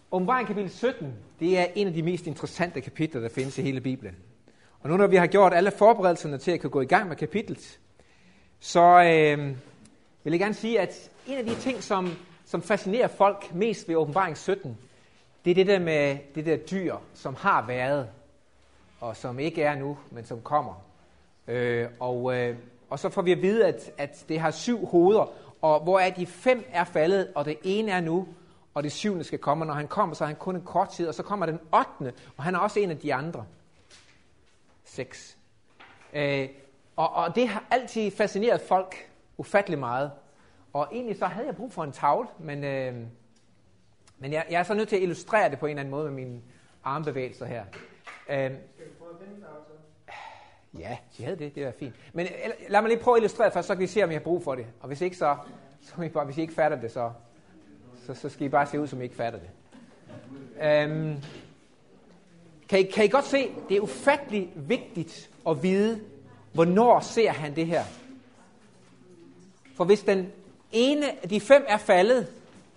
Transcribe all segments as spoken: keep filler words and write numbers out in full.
Åbenbaring kapitel sytten, det er en af de mest interessante kapitler, der findes i hele Bibelen. Og nu når vi har gjort alle forberedelserne til at kunne gå i gang med kapitlet, så øh, vil jeg gerne sige, at en af de ting, som, som fascinerer folk mest ved Åbenbaring sytten, det er det der med det der dyr, som har været, og som ikke er nu, men som kommer. Øh, og, øh, og så får vi at vide, at, at det har syv hoveder, og hvor er de fem er faldet, og det ene er nu, og det syvende skal komme. Når han kommer, så er han kun en kort tid, og så kommer den ottende, og han er også en af de andre. Seks. Øh, og, og det har altid fascineret folk ufattelig meget. Og egentlig så havde jeg brug for en tavle, men, øh, men jeg, jeg er så nødt til at illustrere det på en eller anden måde med mine armbevægelser her. Øh, Skal vi prøve at vende så? Ja, de havde det, det var fint. Men lad mig lige prøve at illustrere først, så kan vi se, om jeg har brug for det. Og hvis ikke, så, så I bare, hvis I ikke fatter det, så, så, så skal I bare se ud, som I ikke fatter det. Øhm, kan, I, kan I godt se, det er ufattelig vigtigt at vide, hvornår ser han det her. For hvis den ene af de fem er faldet,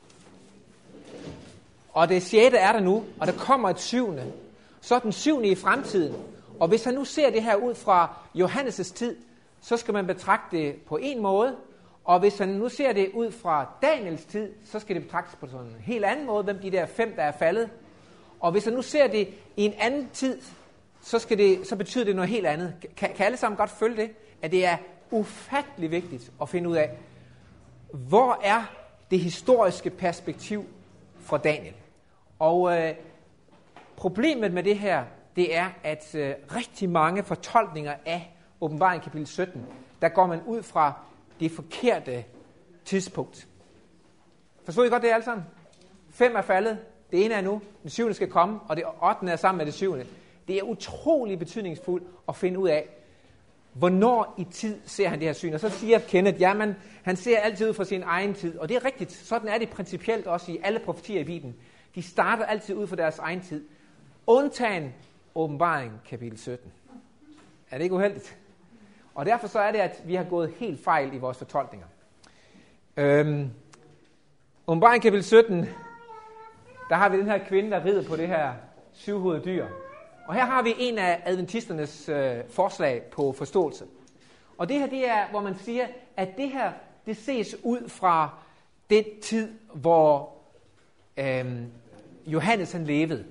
og det sjette er der nu, og der kommer et syvende, så er den syvende i fremtiden. Og hvis han nu ser det her ud fra Johannes' tid, så skal man betragte det på en måde. Og hvis han nu ser det ud fra Daniels tid, så skal det betragtes på sådan en helt anden måde, hvem de der fem, der er faldet. Og hvis han nu ser det i en anden tid, så, skal det, så betyder det noget helt andet. Kan, kan alle sammen godt følge det? At det er ufattelig vigtigt at finde ud af, hvor er det historiske perspektiv fra Daniel? Og øh, problemet med det her, det er, at øh, rigtig mange fortolkninger af Åbenbaring kapitel sytten, der går man ud fra det forkerte tidspunkt. Forstår I godt det alle sammen? Fem er faldet, det ene er nu, den syvende skal komme, og det ottende er sammen med det syvende. Det er utrolig betydningsfuldt at finde ud af, hvornår i tid ser han det her syn. Og så siger Kenneth, jamen, han ser altid ud fra sin egen tid. Og det er rigtigt, sådan er det principielt også i alle profetier i Bibelen. De starter altid ud fra deres egen tid. Undtagen Åbenbaring kapitel sytten. Er det ikke uheldigt? Og derfor så er det, at vi har gået helt fejl i vores fortolkninger. Øhm, Åbenbaring kapitel sytten, der har vi den her kvinde, der rider på det her syvhovedede dyr. Og her har vi en af adventisternes øh, forslag på forståelse. Og det her, det er, hvor man siger, at det her, det ses ud fra den tid, hvor øh, Johannes han levede.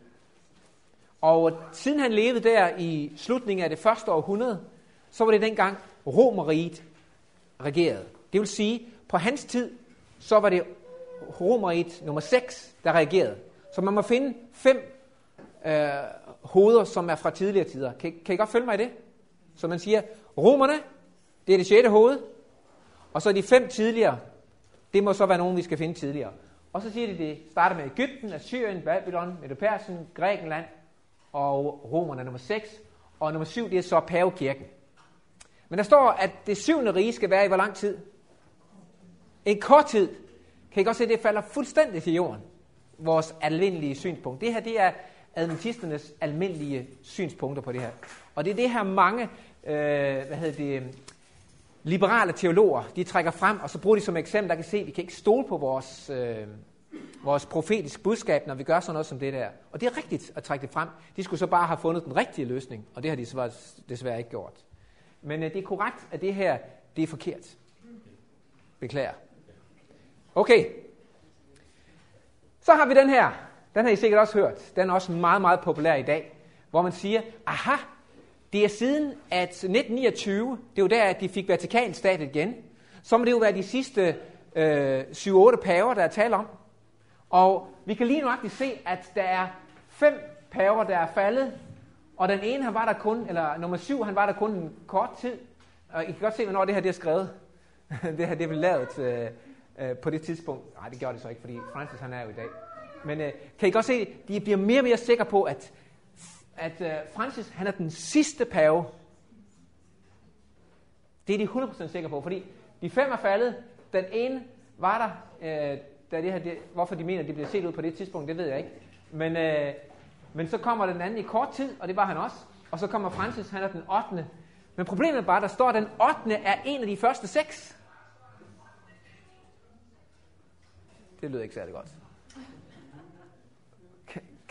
Og siden han levede der i slutningen af det første århundrede, så var det dengang Romerriget regerede. Det vil sige, på hans tid, så var det Romerriget nummer seks, der regerede. Så man må finde fem øh, hoveder, som er fra tidligere tider. Kan, kan I godt følge mig i det? Så man siger, romerne, det er det sjette hoved, og så de fem tidligere, det må så være nogen, vi skal finde tidligere. Og så siger de, det starter med Egypten, Assyrien, Babylon, Medo-Persien, Grækenland, og romerne nummer seks, og nummer syv, det er så pavekirken. Men der står, at det syvende rige skal være i hvor lang tid? En kort tid. Kan I godt se, at det falder fuldstændig til jorden, vores almindelige synspunkt. Det her, det er adventisternes almindelige synspunkter på det her. Og det er det her mange, øh, hvad hedder det, liberale teologer, de trækker frem, og så bruger de som eksempel, der kan se, at vi kan ikke stole på vores, øh, vores profetiske budskab, når vi gør sådan noget som det der. Og det er rigtigt at trække det frem. De skulle så bare have fundet den rigtige løsning, og det har de desværre ikke gjort. Men øh, det er korrekt, at det her, det er forkert. Beklager. Okay. Så har vi den her. Den har I sikkert også hørt. Den er også meget, meget populær i dag, hvor man siger, aha, det er siden at nitten niogtyve, det er jo der, at de fik Vatikanstat igen, så må det jo være de sidste øh, syv otte paver, der er tale om. Og vi kan lige nøjagtigt se, at der er fem paver, der er faldet, og den ene, han var der kun, eller nummer syv, han var der kun en kort tid. Og I kan godt se, hvornår det her det er skrevet. det her det er vel lavet øh, øh, på det tidspunkt. Nej, det gjorde det så ikke, fordi Francis han er jo i dag. Men øh, kan I godt se, de bliver mere og mere sikre på, at, at øh, Francis han er den sidste pave. Det er de hundrede procent sikre på, fordi de fem er faldet. Den ene var der, øh, da det her, det, hvorfor de mener, at de bliver set ud på det tidspunkt, det ved jeg ikke. Men, øh, men så kommer den anden i kort tid, og det var han også. Og så kommer Francis, han er den ottende. Men problemet er bare, der står, at den ottende er en af de første seks. Det lyder ikke særlig godt.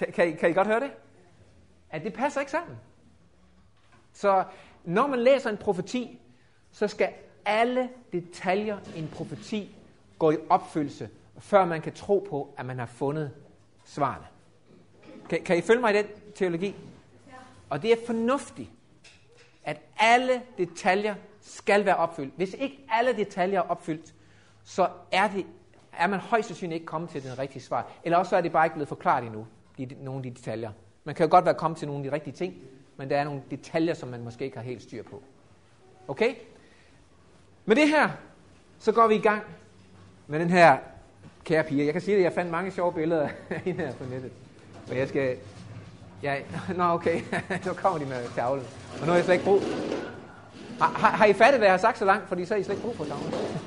Kan, kan, I, kan I godt høre det? At det passer ikke sammen. Så når man læser en profeti, så skal alle detaljer i en profeti gå i opfyldelse, før man kan tro på, at man har fundet svarene. Kan, kan I følge mig i den teologi? Og det er fornuftigt, at alle detaljer skal være opfyldt. Hvis ikke alle detaljer er opfyldt, så er, det, er man højst sandsynligt ikke kommet til den rigtige svar. Eller også er det bare ikke blevet forklaret endnu, de, nogle af de detaljer. Man kan jo godt være kommet til nogle af de rigtige ting, men der er nogle detaljer, som man måske ikke har helt styr på. Okay? Med det her, så går vi i gang med den her kære pige. Jeg kan sige, at jeg fandt mange sjove billeder af hende her på nettet. Og jeg skal... Ja, nå okay, nu kommer de med tavlen. Og nu har jeg slet ikke brug... Har, har, har I fattet, hvad jeg har sagt så langt? Fordi så har I slet ikke brug for tavlen.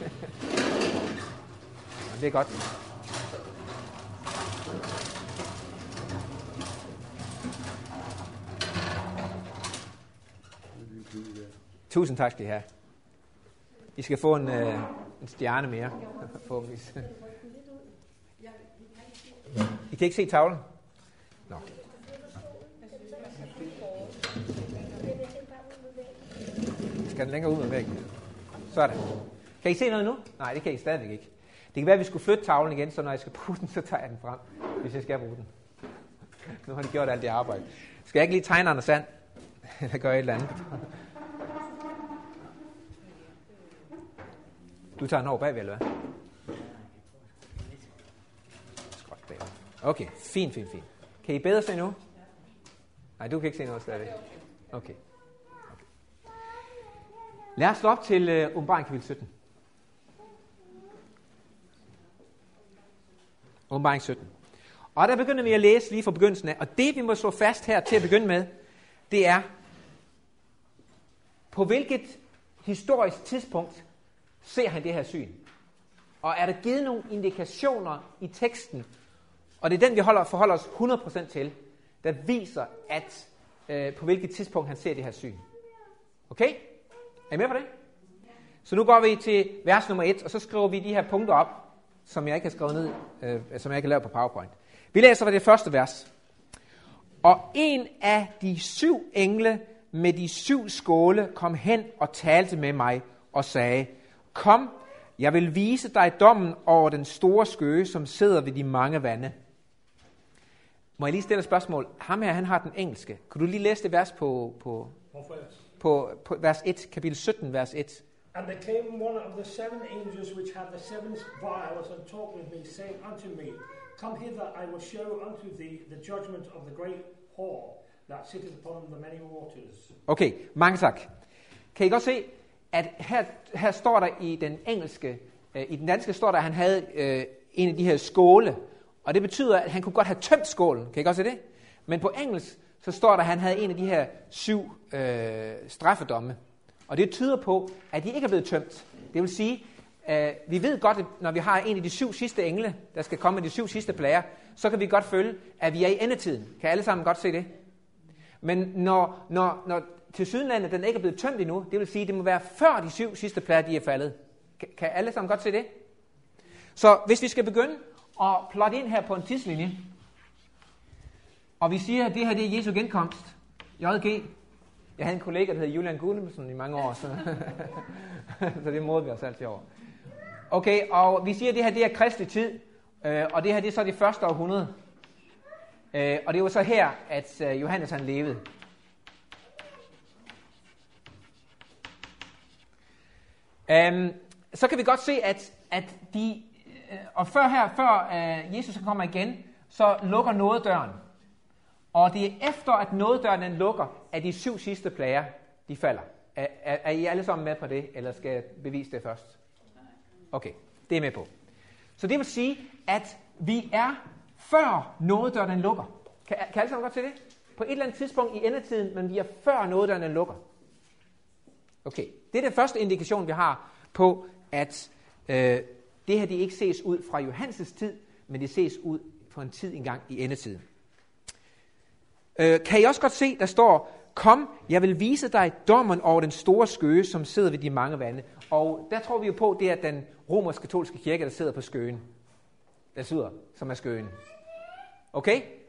Det er godt. Tusind tak skal I have. I skal få en, øh, en stjerne mere. Forhåbentligvis. I kan ikke se tavlen? Nå. Skal den længere ud med væggen? Sådan. Kan I se noget nu? Nej, det kan I stadigvæk ikke. Det kan være, at vi skulle flytte tavlen igen, så når jeg skal bruge den, så tager jeg den frem, hvis jeg skal bruge den. Nu har de gjort alt det arbejde. Skal jeg ikke lige tegne Anders Sand? Eller gør jeg et eller andet? Du tager den over bagved, eller hvad? Skråt bagved. Okay, fint, fint, fint. Kan I bedre se nu? Nej, du kan ikke se noget stadigvæk. Okay. okay. Lad os slå op til uh, Åbenbaring kapitel sytten. Åbenbaring sytten. Og der begynder vi at læse lige fra begyndelsen af. Og det vi må slå fast her til at begynde med, det er, på hvilket historisk tidspunkt ser han det her syn? Og er der givet nogle indikationer i teksten, og det er den, vi holder, forholder os hundrede procent til, der viser, at øh, på hvilket tidspunkt han ser det her syn. Okay? Er I med på det? Så nu går vi til vers nummer et, og så skriver vi de her punkter op, som jeg ikke har skrevet ned, øh, som jeg ikke har lavet på PowerPoint. Vi læser fra det første vers. Og en af de syv engle med de syv skåle kom hen og talte med mig og sagde, kom, jeg vil vise dig dommen over den store skøge, som sidder ved de mange vande. Må jeg lige stille et spørgsmål? Ham her, han har den engelske. Kan du lige læse det vers på, på, på, på vers et, kapitel sytten, vers et? And there came one of the seven angels which had the seven vials and talked with me, saying unto me, come hither, I will show unto thee the judgment of the great whore that sitteth upon the many waters. Okay, mange tak. Kan I godt se, at her, her står der i den engelske, øh, i den danske står der, at han havde øh, en af de her skåle, og det betyder, at han kunne godt have tømt skålen. Kan I godt se det? Men på engelsk, så står der, at han havde en af de her syv øh, straffedomme. Og det tyder på, at de ikke er blevet tømt. Det vil sige, øh, vi ved godt, at når vi har en af de syv sidste engle, der skal komme med de syv sidste plager, så kan vi godt føle, at vi er i endetiden. Kan alle sammen godt se det? Men når, når, når til Sydlandet den ikke er blevet tømt endnu, det vil sige, at det må være før de syv sidste plager, de er faldet. Kan, kan alle sammen godt se det? Så hvis vi skal begynde at plotte ind her på en tidslinje, og vi siger, at det her det er Jesu genkomst, J G. Jeg havde en kollega, der hed Julian Gunnelsen i mange år, så, så det måede vi os altid over. Okay, og vi siger, at det her det er kristelig tid, øh, og det her det er så det første århundrede. Øh, og det var så her, at øh, Johannes han levede. Um, så kan vi godt se, at, at de, øh, og før her, før øh, Jesus kommer igen, så lukker nådedøren. Og det er efter, at nådedøren den lukker, at de syv sidste plager, de falder. Er, er, er I alle sammen med på det, eller skal jeg bevise det først? Okay, det er med på. Så det vil sige, at vi er før nådedøren den lukker. Kan, kan alle sammen godt se det? På et eller andet tidspunkt i endetiden, men vi er før nådedøren den lukker. Okay, det er den første indikation, vi har på, at øh, det her det ikke ses ud fra Johannes' tid, men det ses ud for en tid engang i endetiden. Øh, kan I også godt se, der står, kom, jeg vil vise dig dommen over den store skøge, som sidder ved de mange vande. Og der tror vi jo på, det er den romersk-katolske kirke, der sidder på skøen. Der sidder, som er skøen. Okay?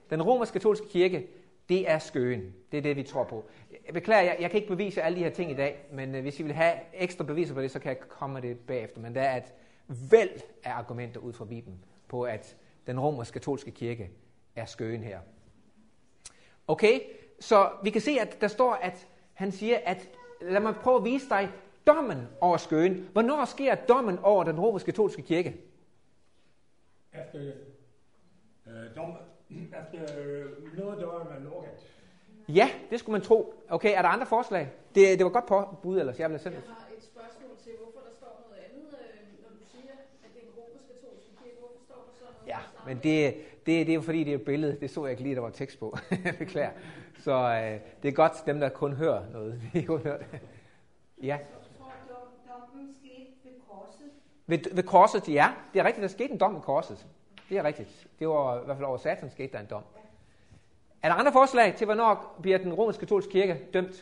den romersk-katolske kirke, det er skøen. Det er det, vi tror på. Jeg beklager, jeg, jeg kan ikke bevise alle de her ting i dag, men øh, hvis I vil have ekstra beviser på det, så kan jeg komme med det bagefter. Men der er et væld af argumenter ud fra Bibelen på, at den romersk-katolske kirke er skøen her. Okay, så vi kan se, at der står, at han siger, at lad mig prøve at vise dig dommen over skøen. Hvornår sker dommen over den romersk-katolske kirke? Efter, øh, dom, efter øh, noget døren er lukket. Ja, det skulle man tro. Okay, er der andre forslag? Det, det var godt på bud, ellers jeg vil selv. Jeg har et spørgsmål til, hvorfor der står noget andet, øh, når du siger, at det er en romersk-katolske kirke. Hvorfor står der så noget? Ja, men det, det, det er jo fordi, det er et billede. Det så jeg ikke lige, der var tekst på. Beklager. Så øh, det er godt, dem der kun hører noget. Vi har hørt det. Ja. Dommen skete ved korset. Ved, ved korset, ja. Det er rigtigt, der skete en dom ved korset. Det er rigtigt. Det var i hvert fald over Satan skete der en dom. Er der andre forslag til, hvornår bliver den romersk-katolske kirke dømt?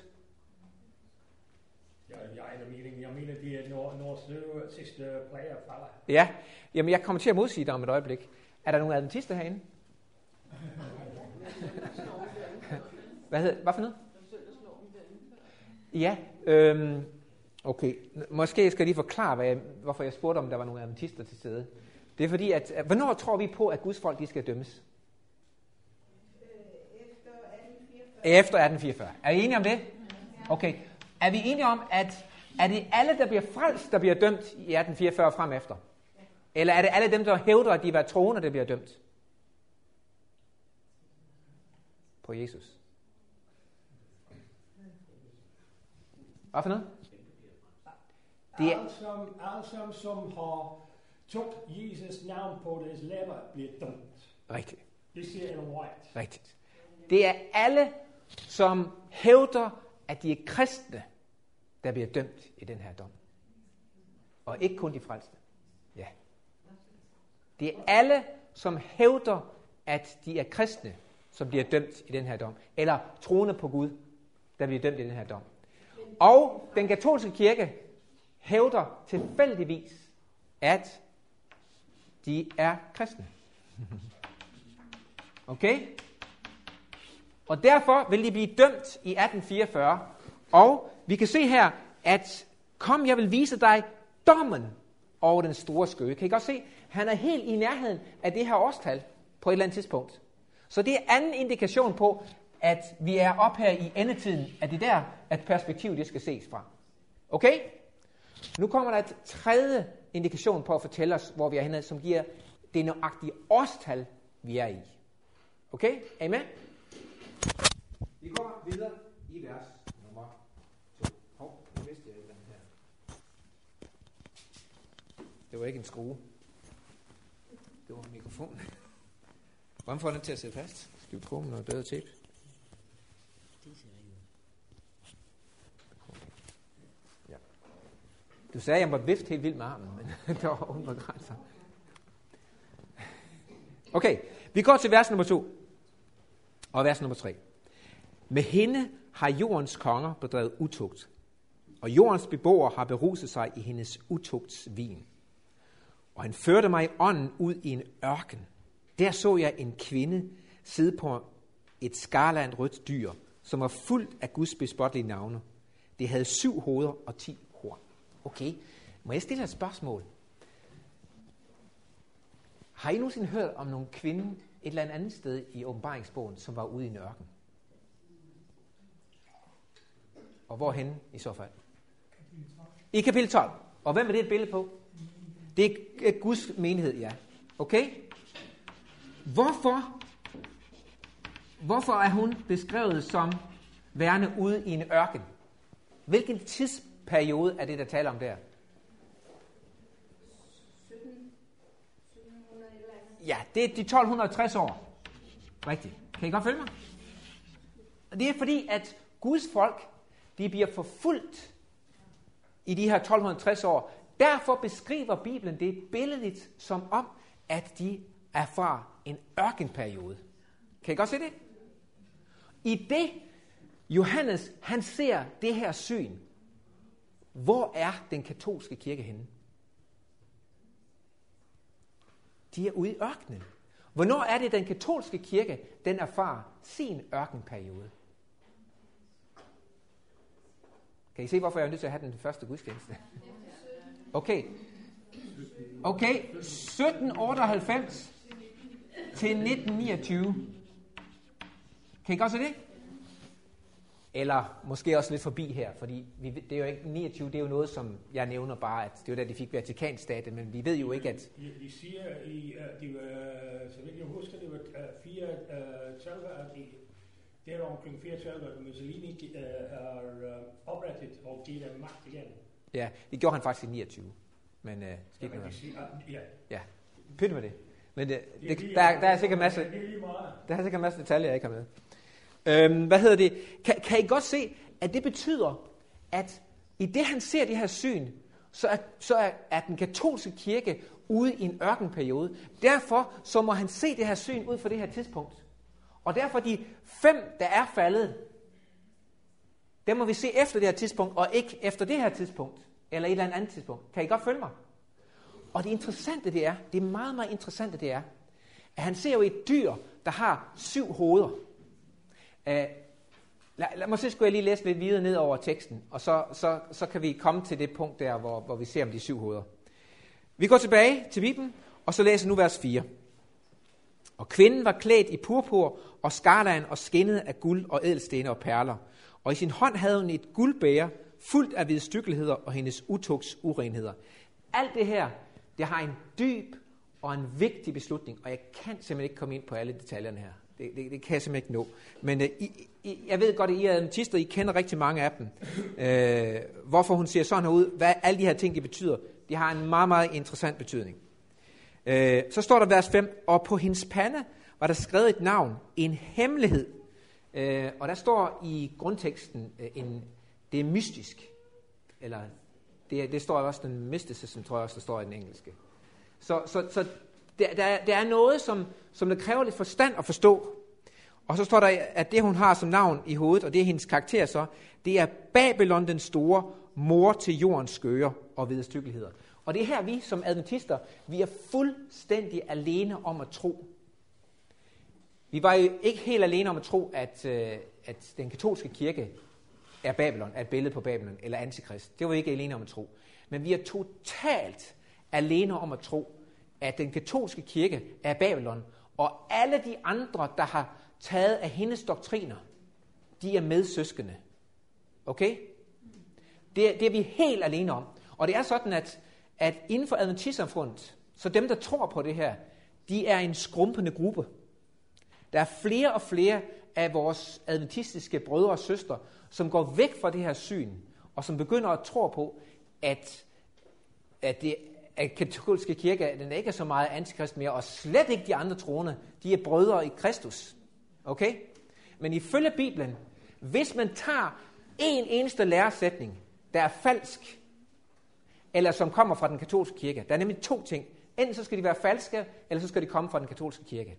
Ja, jeg er mening. Jeg mener, det er når, når sidste plager falder. Ja, jamen jeg kommer til at modsige dig om et øjeblik. Er der nogle adventister herinde? Hvad hedder hvad for noget? Ja, øhm, okay. Måske skal jeg lige forklare, hvad jeg, hvorfor jeg spurgte, om der var nogle adventister til stede. Det er fordi, at hvornår tror vi på, at Guds folk de skal dømmes? Efter atten fireogfyrre. Er I enige om det? Okay. Er vi enige om, at er det alle, der bliver frelst, der bliver dømt i atten fireogfyrre frem efter? Eller er det alle dem, der hævder, at de var troende, der bliver dømt? På Jesus. Hvad for noget? Det er alle som, alle som, som har tog Jesus navn på deres læber, bliver dømt. Rigtigt. Det siger Ellen White. Rigtigt. Det er alle, som hævder, at de er kristne, der bliver dømt i den her dom. Og ikke kun de frelste. Ja. Det er alle, som hævder, at de er kristne, som bliver dømt i den her dom. Eller troende på Gud, der bliver dømt i den her dom. Og den katolske kirke hævder tilfældigvis, at de er kristne. Okay? Og derfor vil de blive dømt i atten fireogfyrre. Og vi kan se her, at kom, jeg vil vise dig dommen over den store skøge. Kan I godt se? Han er helt i nærheden af det her årstal på et eller andet tidspunkt. Så det er anden indikation på, at vi er op her i endetiden, at det der, at perspektivet det skal ses fra. Okay? Nu kommer der et tredje indikation på at fortælle os, hvor vi er henne, som giver det nøjagtige årstal, vi er i. Okay? Amen? Vi går videre i vers nummer to. Hov, nu vidste jeg den her. Det var ikke en skrue. Det var en mikrofon. Hvordan får den til at sidde fast? Skal vi prøve med noget bedre tape? Ja. Du sagde, at jeg måtte vifte helt vildt med armen, men der var uden for grænser. Okay, vi går til vers nummer to. Og vers nummer tre. Med hende har jordens konger bedrevet utugt, og jordens beboere har beruset sig i hendes utugtsvin. Og han førte mig i ånden ud i en ørken. Der så jeg en kvinde sidde på et skarland rødt dyr, som var fuldt af Guds bespottelige navne. Det havde syv hoveder og ti horn. Okay, må jeg stille et spørgsmål? Har I nogensinde hørt om nogle kvinde et eller andet sted i åbenbaringsbogen, som var ude i en ørken? Og hvorhenne i så fald? I kapitel tolv. Og hvem er det et billede på? Det er Guds menighed, ja. Okay? Hvorfor, hvorfor er hun beskrevet som værende ude i en ørken? Hvilken tidsperiode er det, der taler om der? Ja, det er de tolv tres år. Rigtigt. Kan I godt følge mig? Det er fordi, at Guds folk, de bliver forfulgt i de her tolv tres år. Derfor beskriver Bibelen det billedligt som om, at de er fra en ørkenperiode. Kan I godt se det? I det, Johannes, han ser det her syn. Hvor er den katolske kirke henne? De er ude i ørkenen. Hvornår er det, den katolske kirke, den erfarer sin ørkenperiode? Kan I se, hvorfor jeg er nødt til at have den første gudstjeneste? Okay. Okay, sytten otteoghalvfems til nitten niogtyve. Kan I godt se det? Eller måske også lidt forbi her, fordi vi, det er jo ikke niogtyve, det er jo noget, som jeg nævner bare, at det var da de fik Vatikanstaten, men vi ved jo ikke, at... De, de siger, i, uh, de var, så vidt jeg husker, det var uh, fire uh, tolver, at de, der omkring fireogtredive, at Mussolini de, uh, har uh, oprettet og givet dem magt igen. Ja, det gjorde han faktisk i niogtyve, men uh, skik ja, noget. Siger, uh, ja. Ja, pyt med det. Men uh, det, det, der, der er sikkert masse, der er sikkert masse detaljer, jeg ikke har med. Øhm, hvad hedder det? Kan, kan I godt se, at det betyder, at i det han ser det her syn, så er, så er, er den katolske kirke ude i en ørkenperiode. Derfor så må han se det her syn ud fra det her tidspunkt. Og derfor de fem, der er faldet, dem må vi se efter det her tidspunkt, og ikke efter det her tidspunkt, eller et eller andet tidspunkt. Kan I godt følge mig? Og det interessante det er, det er meget, meget interessante det er, at han ser jo et dyr, der har syv hoveder. Uh, lad, lad mig se, skulle jeg lige læse lidt videre ned over teksten, og så, så, så kan vi komme til det punkt der, hvor, hvor vi ser om de syv hoveder. Vi går tilbage til Bibelen, og så læser nu vers fire. Og kvinden var klædt i purpur og skarlagen og skinnet af guld og ædelstene og perler, og i sin hånd havde hun et guldbæger fuldt af vidstykkeligheder og hendes utugts urenheder. Alt det her, det har en dyb og en vigtig beslutning, og jeg kan simpelthen ikke komme ind på alle detaljerne her. Det, det, det kan jeg simpelthen ikke nå. Men øh, I, I, jeg ved godt, at I er adventister, I kender rigtig mange af dem. Øh, hvorfor hun ser sådan her ud, hvad alle de her ting, de betyder, de har en meget, meget interessant betydning. Øh, så står der vers fem, og på hendes pande var der skrevet et navn, en hemmelighed. Øh, og der står i grundteksten, øh, en, det er mystisk. Eller det, det står også, den mysticism, tror jeg også, der står i den engelske. Så, så, så der, der, der er noget, som, som der kræver lidt forstand at forstå. Og så står der, at det hun har som navn i hovedet, og det er hendes karakter så, det er Babylon den store, mor til jordens skøger og vederstyggeligheder. Og det er her, vi som adventister, vi er fuldstændig alene om at tro. Vi var jo ikke helt alene om at tro, at, øh, at den katolske kirke er Babylon, er et billede på Babylon, eller antikrist. Det var vi ikke alene om at tro. Men vi er totalt alene om at tro, at den katolske kirke er Babylon, og alle de andre, der har taget af hendes doktriner, de er medsøskende. Okay? Det, det er vi helt alene om. Og det er sådan, at, at inden for adventistsamfundet, så dem, der tror på det her, de er en skrumpende gruppe. Der er flere og flere af vores adventistiske brødre og søstre, som går væk fra det her syn, og som begynder at tro på, at, at det at katolske kirke, den ikke er så meget antikrist mere, og slet ikke de andre troende, de er brødre i Kristus. Okay? Men ifølge Bibelen, hvis man tager en eneste læresætning, der er falsk, eller som kommer fra den katolske kirke, der er nemlig to ting. Enten så skal de være falske, eller så skal de komme fra den katolske kirke.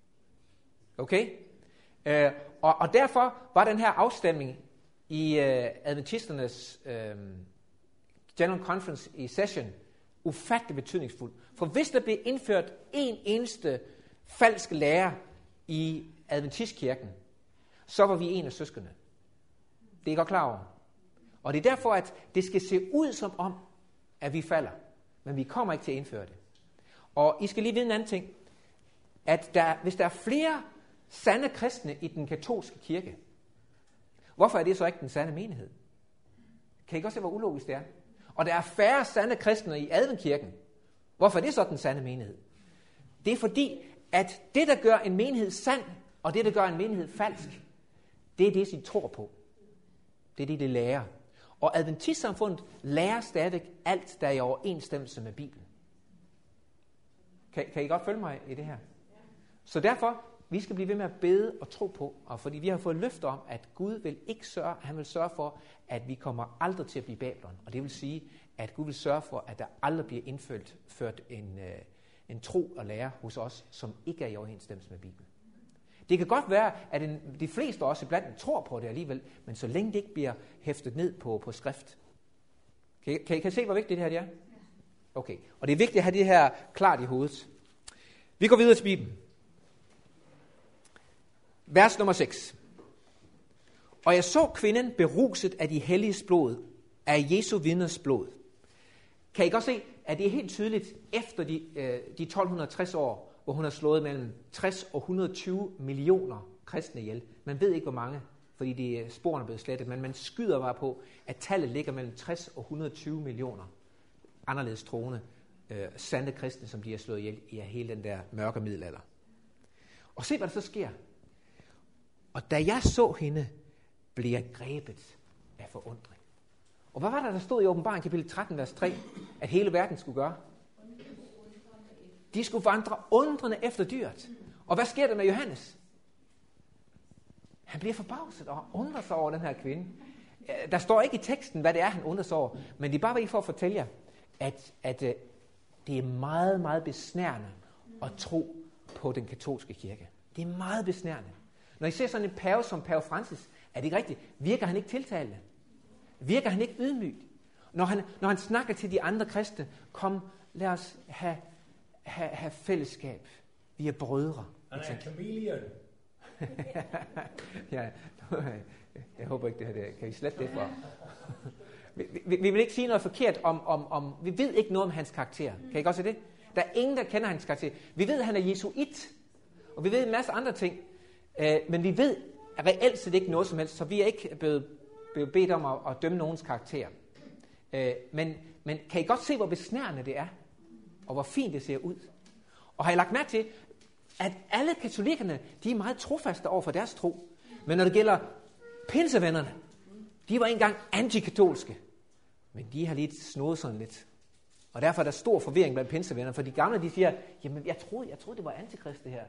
Okay? Øh, og, og derfor var den her afstemning i øh, adventisternes øh, General Conference i session ufattelig betydningsfuld. For hvis der blev indført en eneste falsk lære i adventistkirken, så var vi en af søskende. Det er I godt klar over. Og det er derfor, at det skal se ud som om, at vi falder. Men vi kommer ikke til at indføre det. Og I skal lige vide en anden ting. At der, hvis der er flere sande kristne i den katolske kirke, hvorfor er det så ikke den sande menighed? Kan I godt se, hvor ulogisk det er? Og der er færre sande kristne i adventkirken. Hvorfor er det så den sande menighed? Det er fordi, at det, der gør en menighed sand, og det, der gør en menighed falsk, det er det, de tror på. Det er det, de lærer. Og adventistsamfundet lærer stadigvæk alt, der er i overensstemmelse med Bibelen. Kan, kan I godt følge mig i det her? Så derfor, vi skal blive ved med at bede og tro på, og fordi vi har fået løfter om, at Gud vil ikke sørge, han vil sørge for, at vi kommer aldrig til at blive Babylon. Og det vil sige, at Gud vil sørge for, at der aldrig bliver indført ført en, øh, en tro og lære hos os, som ikke er i overensstemmelse med Bibelen. Det kan godt være, at en, de fleste også iblandt tror på det alligevel, men så længe det ikke bliver hæftet ned på, på skrift. Kan I, kan I kan I se, hvor vigtigt det her det er? Okay, og det er vigtigt at have det her klart i hovedet. Vi går videre til Bibelen. Vers nummer seks. Og jeg så kvinden beruset af de helliges blod, af Jesu vidners blod. Kan I godt se, at det er helt tydeligt efter de, øh, de tolv tres år, hvor hun har slået mellem tres og et hundrede og tyve millioner kristne ihjel. Man ved ikke, hvor mange, fordi de sporene er blevet slettet, men man skyder bare på, at tallet ligger mellem tres og et hundrede og tyve millioner anderledes troende, øh, sande kristne, som de har slået ihjel i hele den der mørke middelalder. Og se, hvad der så sker. Og da jeg så hende, blev jeg grebet af forundring. Og hvad var der, der stod i Åbenbaringen kapitel tretten, vers tre, at hele verden skulle gøre? De skulle vandre undrende efter dyret. Og hvad sker der med Johannes? Han bliver forbavset og undrer sig over den her kvinde. Der står ikke i teksten, hvad det er, han undrer sig over, men det er bare ikke for at fortælle jer, at, at det er meget, meget besnærende at tro på den katolske kirke. Det er meget besnærende. Når I ser sådan en pave som pave Francis, er det ikke rigtigt? Virker han ikke tiltalende? Virker han ikke ydmyg? Når han, når han snakker til de andre kristne, kom, lad os have, have, have fællesskab. Vi er brødre. Han er en chameleon. Ja, jeg håber ikke, det her det. Kan I slette det for? vi, vi, vi vil ikke sige noget forkert om, om, om... Vi ved ikke noget om hans karakter. Kan I godt se det? Der er ingen, der kender hans karakter. Vi ved, at han er jesuit. Og vi ved en masse andre ting. Øh, men vi ved reelt set ikke noget som helst, så vi er ikke blevet, blevet bedt om at, at dømme nogens karakter. Øh, men, men kan I godt se, hvor besnærende det er? Og hvor fint det ser ud? Og har I lagt mærke til, at alle katolikkerne, de er meget trofaste over for deres tro. Men når det gælder pinsevennerne, de var engang antikatolske. Men de har lige snodet sådan lidt. Og derfor er der stor forvirring blandt pinsevenner, for de gamle, de siger, jamen jeg troede, jeg troede det var antikrist det her.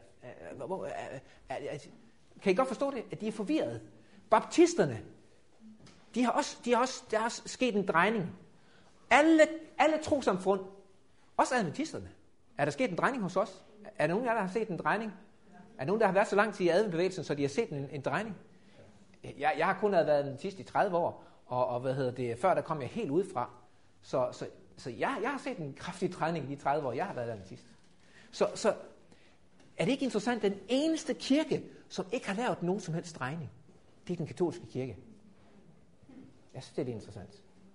Kan I godt forstå det, at de er forvirrede? Baptisterne, de har også, de har også, der er også sket en drejning. Alle, alle trosamfund, også adventisterne, er der sket en drejning hos os? Er der nogen af jer, der har set en drejning? Er der nogen, der har været så lang tid i adventbevægelsen, så de har set en, en drejning? Jeg, jeg har kun været adventist i tredive år, og, og hvad hedder det, før der kom jeg helt udefra. Så, så, så jeg, jeg har set en kraftig drejning i de tredive år, jeg har været adventist. Så, så er det ikke interessant, den eneste kirke, som ikke har lavet nogen som helst drejning, det er den katolske kirke. Jeg synes, det er interessant.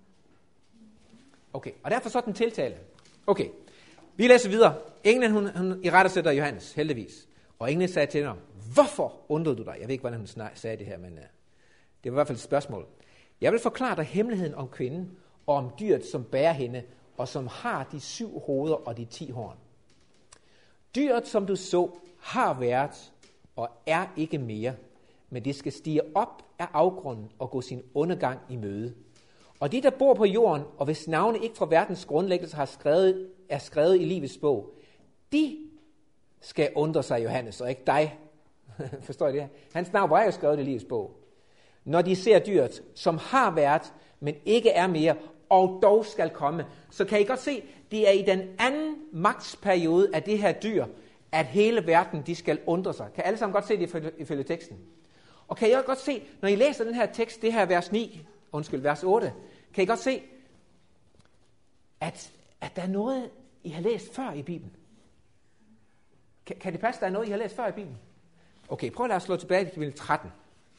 Okay, og derfor så den tiltale. Okay, vi læser videre. Englen, hun, hun i rette sætter Johannes, heldigvis. Og englen sagde til ham, hvorfor undrede du dig? Jeg ved ikke, hvordan hun sagde det her, men uh, det var i hvert fald et spørgsmål. Jeg vil forklare dig hemmeligheden om kvinden, og om dyret, som bærer hende, og som har de syv hoveder og de ti horn. Dyret, som du så, har været og er ikke mere, men det skal stige op af afgrunden og gå sin undergang i møde. Og de, der bor på jorden, og hvis navne ikke fra verdens grundlæggelse har skrevet, er skrevet i livets bog, de skal undre sig, Johannes, og ikke dig. Forstår I det her? Hans navn var jo skrevet i livets bog. Når de ser dyret, som har været, men ikke er mere, og dog skal komme. Så kan I godt se, det er i den anden magtsperiode af det her dyr, at hele verden, de skal undre sig. Kan alle sammen godt se det ifølge teksten? Og kan I også godt se, når I læser den her tekst, det her vers ni, undskyld, vers otte, kan I godt se, at, at der er noget, I har læst før i Bibelen. Kan, kan det passe, at der er noget, I har læst før i Bibelen? Okay, prøv at lade os slå tilbage til kapitel tretten.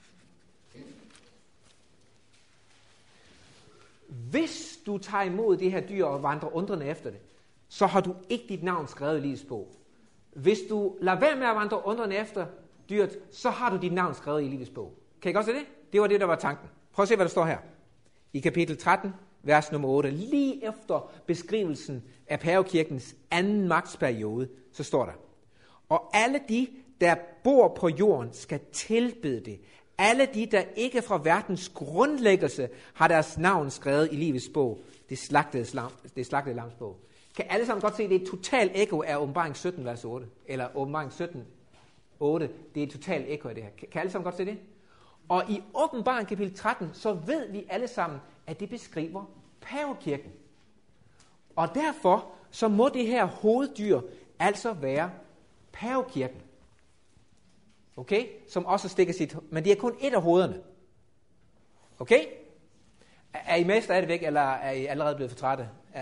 Hvis du tager imod det her dyr og vandrer undrende efter det, så har du ikke dit navn skrevet i livets bog. Hvis du lader være med at vandre undrende efter dyret, så har du dit navn skrevet i livets bog. Kan I godt se det? Det var det, der var tanken. Prøv at se, hvad der står her. I kapitel tretten, vers nummer otte, lige efter beskrivelsen af pavekirkens anden magtsperiode, så står der, og alle de, der bor på jorden, skal tilbede det. Alle de, der ikke fra verdens grundlæggelse har deres navn skrevet i livets bog, det slagtede, slam, det slagtede lams bog. Kan alle sammen godt se, at det er et totalt ekko af åbenbaring sytten, vers otte? Eller åbenbaring sytten, otte, det er et totalt ekko af det her. Kan, kan alle sammen godt se det? Og i åbenbaring kapitel tretten, så ved vi alle sammen, at det beskriver pavekirken. Og derfor, så må det her hoveddyr altså være pavekirken. Okay? Som også stikker sit... Men det er kun et af hovederne. Okay? Er I med stadigvæk, eller er I allerede blevet for trætte? Er...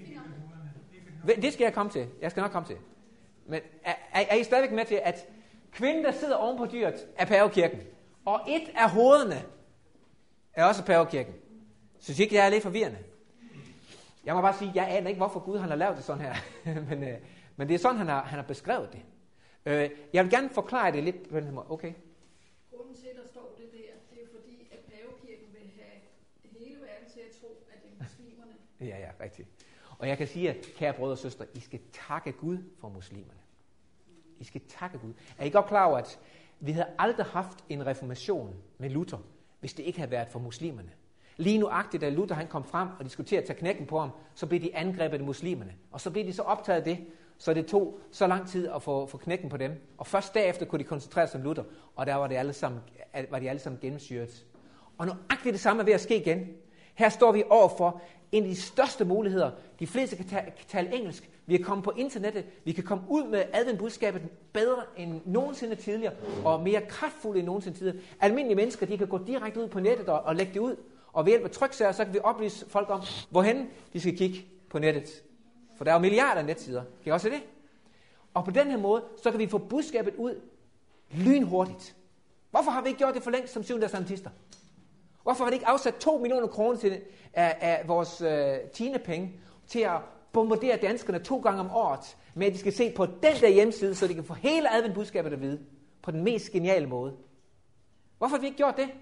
Det skal jeg komme til. Jeg skal nok komme til. Men er, er I stadigvæk med til, at Kvinden, der sidder oven på dyret, er pavekirken. Og et af hovederne er også pavekirken. Synes I ikke, det er lidt forvirrende? Jeg må bare sige, jeg aner ikke, hvorfor Gud han har lavet det sådan her. men, øh, men det er sådan, han har, han har beskrevet det. Øh, jeg vil gerne forklare det lidt på den her måde. Okay. Grunden til, at der står det der, det er jo fordi, at pavekirken vil have hele verden til at tro, at det er muslimerne. Ja, ja, rigtigt. Og jeg kan sige, at kære brødre og søstre, I skal takke Gud for muslimerne. I skal takke Gud. Er I godt klar over, at vi havde aldrig haft en reformation med Luther, hvis det ikke havde været for muslimerne? Lige nuagtigt, da Luther han kom frem og diskuterede at tage knækken på ham, så blev de angrebet af muslimerne. Og så blev de så optaget af det, så det tog så lang tid at få, få knækken på dem. Og først derefter kunne de koncentrere sig om Luther, og der var, det alle sammen, var de alle sammen gennemsyret. Og nuagtigt det samme er ved at ske igen. Her står vi overfor en af de største muligheder. De fleste kan, ta- kan tale engelsk. Vi kan komme på internettet. Vi kan komme ud med adventbudskabet bedre end nogensinde tidligere, og mere kraftfuldt end nogensinde tidligere. Almindelige mennesker, de kan gå direkte ud på nettet og, og lægge det ud. Og ved hjælp af tryksager, så kan vi oplyse folk om, hvorhen de skal kigge på nettet. For der er jo milliarder af netsider. Kan I også se det? Og på den her måde, så kan vi få budskabet ud lynhurtigt. Hvorfor har vi ikke gjort det for længst som syvende adventister? Hvorfor har vi ikke afsat to millioner kroner til, af, af vores øh, tiendepenge til at bombardere danskerne to gange om året, med at de skal se på den der hjemmeside, så de kan få hele adventbudskabet at vide, på den mest geniale måde? Hvorfor har vi ikke gjort det?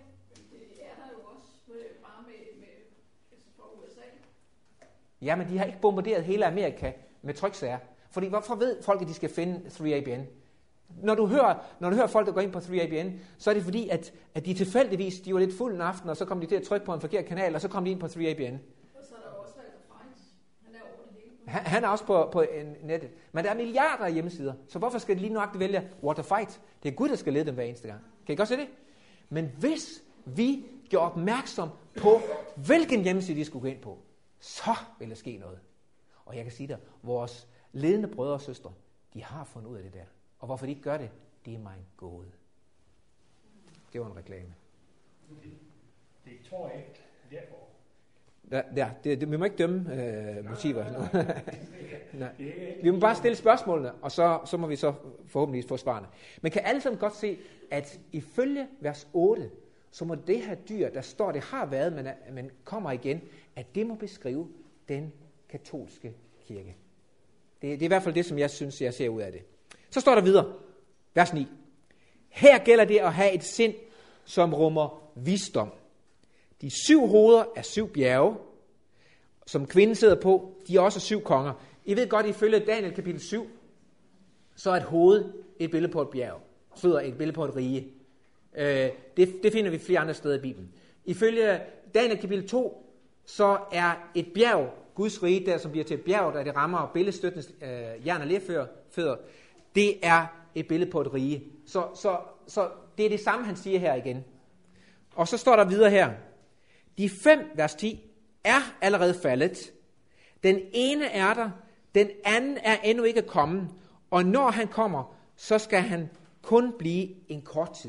Ja, men de har ikke bombarderet hele Amerika med tryksager. Fordi hvorfor ved folk, at de skal finde tre A B N? Når du hører, når du hører folk, der går ind på tre A B N, så er det fordi, at, at de tilfældigvis, de var lidt fuld en aften, og så kom de til at trykke på en forkert kanal, og så kom de ind på tre A B N. Og så er der også Walter Frantz. Han er over det hele. Han, han er også på, på nettet. Men der er milliarder af hjemmesider, så hvorfor skal de lige nøjagtigt vælge Walter Fight? Det er Gud, der skal lede dem hver eneste gang. Kan I godt se det? Men hvis vi gør opmærksom på, hvilken hjemmeside de skulle gå ind på, så vil der ske noget. Og jeg kan sige dig, vores ledende brødre og søstre, de har fundet ud af det der. Og hvorfor de ikke gør det, det er mig en gåde. Det var en reklame. Det tror jeg ikke, derfor. Ja, ja det, det, vi må ikke dømme øh, motiver. Nej. Vi må bare stille spørgsmålene, og så, så må vi så forhåbentlig få svarene. Men kan alle sammen godt se, at ifølge vers otte, så må det her dyr, der står, det har været, men, men kommer igen, at det må beskrive den katolske kirke. Det, det er i hvert fald det, som jeg synes, jeg ser ud af det. Så står der videre, vers ni. Her gælder det at have et sind, som rummer visdom. De syv hoveder er syv bjerge, som kvinden sidder på. De er også syv konger. I ved godt, ifølge Daniel kapitel syv, så er et hoved et billede på et bjerg. Fødder et billede på et rige. Øh, det, det finder vi flere andre steder i Bibelen. Ifølge Daniel kapitel to, så er et bjerg, Guds rige, der som bliver til et bjerg, der det rammer billedstøttende øh, jern og lerfødder, det er et billede på et rige. Så, så, så det er det samme, han siger her igen. Og så står der videre her. De fem, vers ti, er allerede faldet. Den ene er der, den anden er endnu ikke kommet, og når han kommer, så skal han kun blive en kort tid.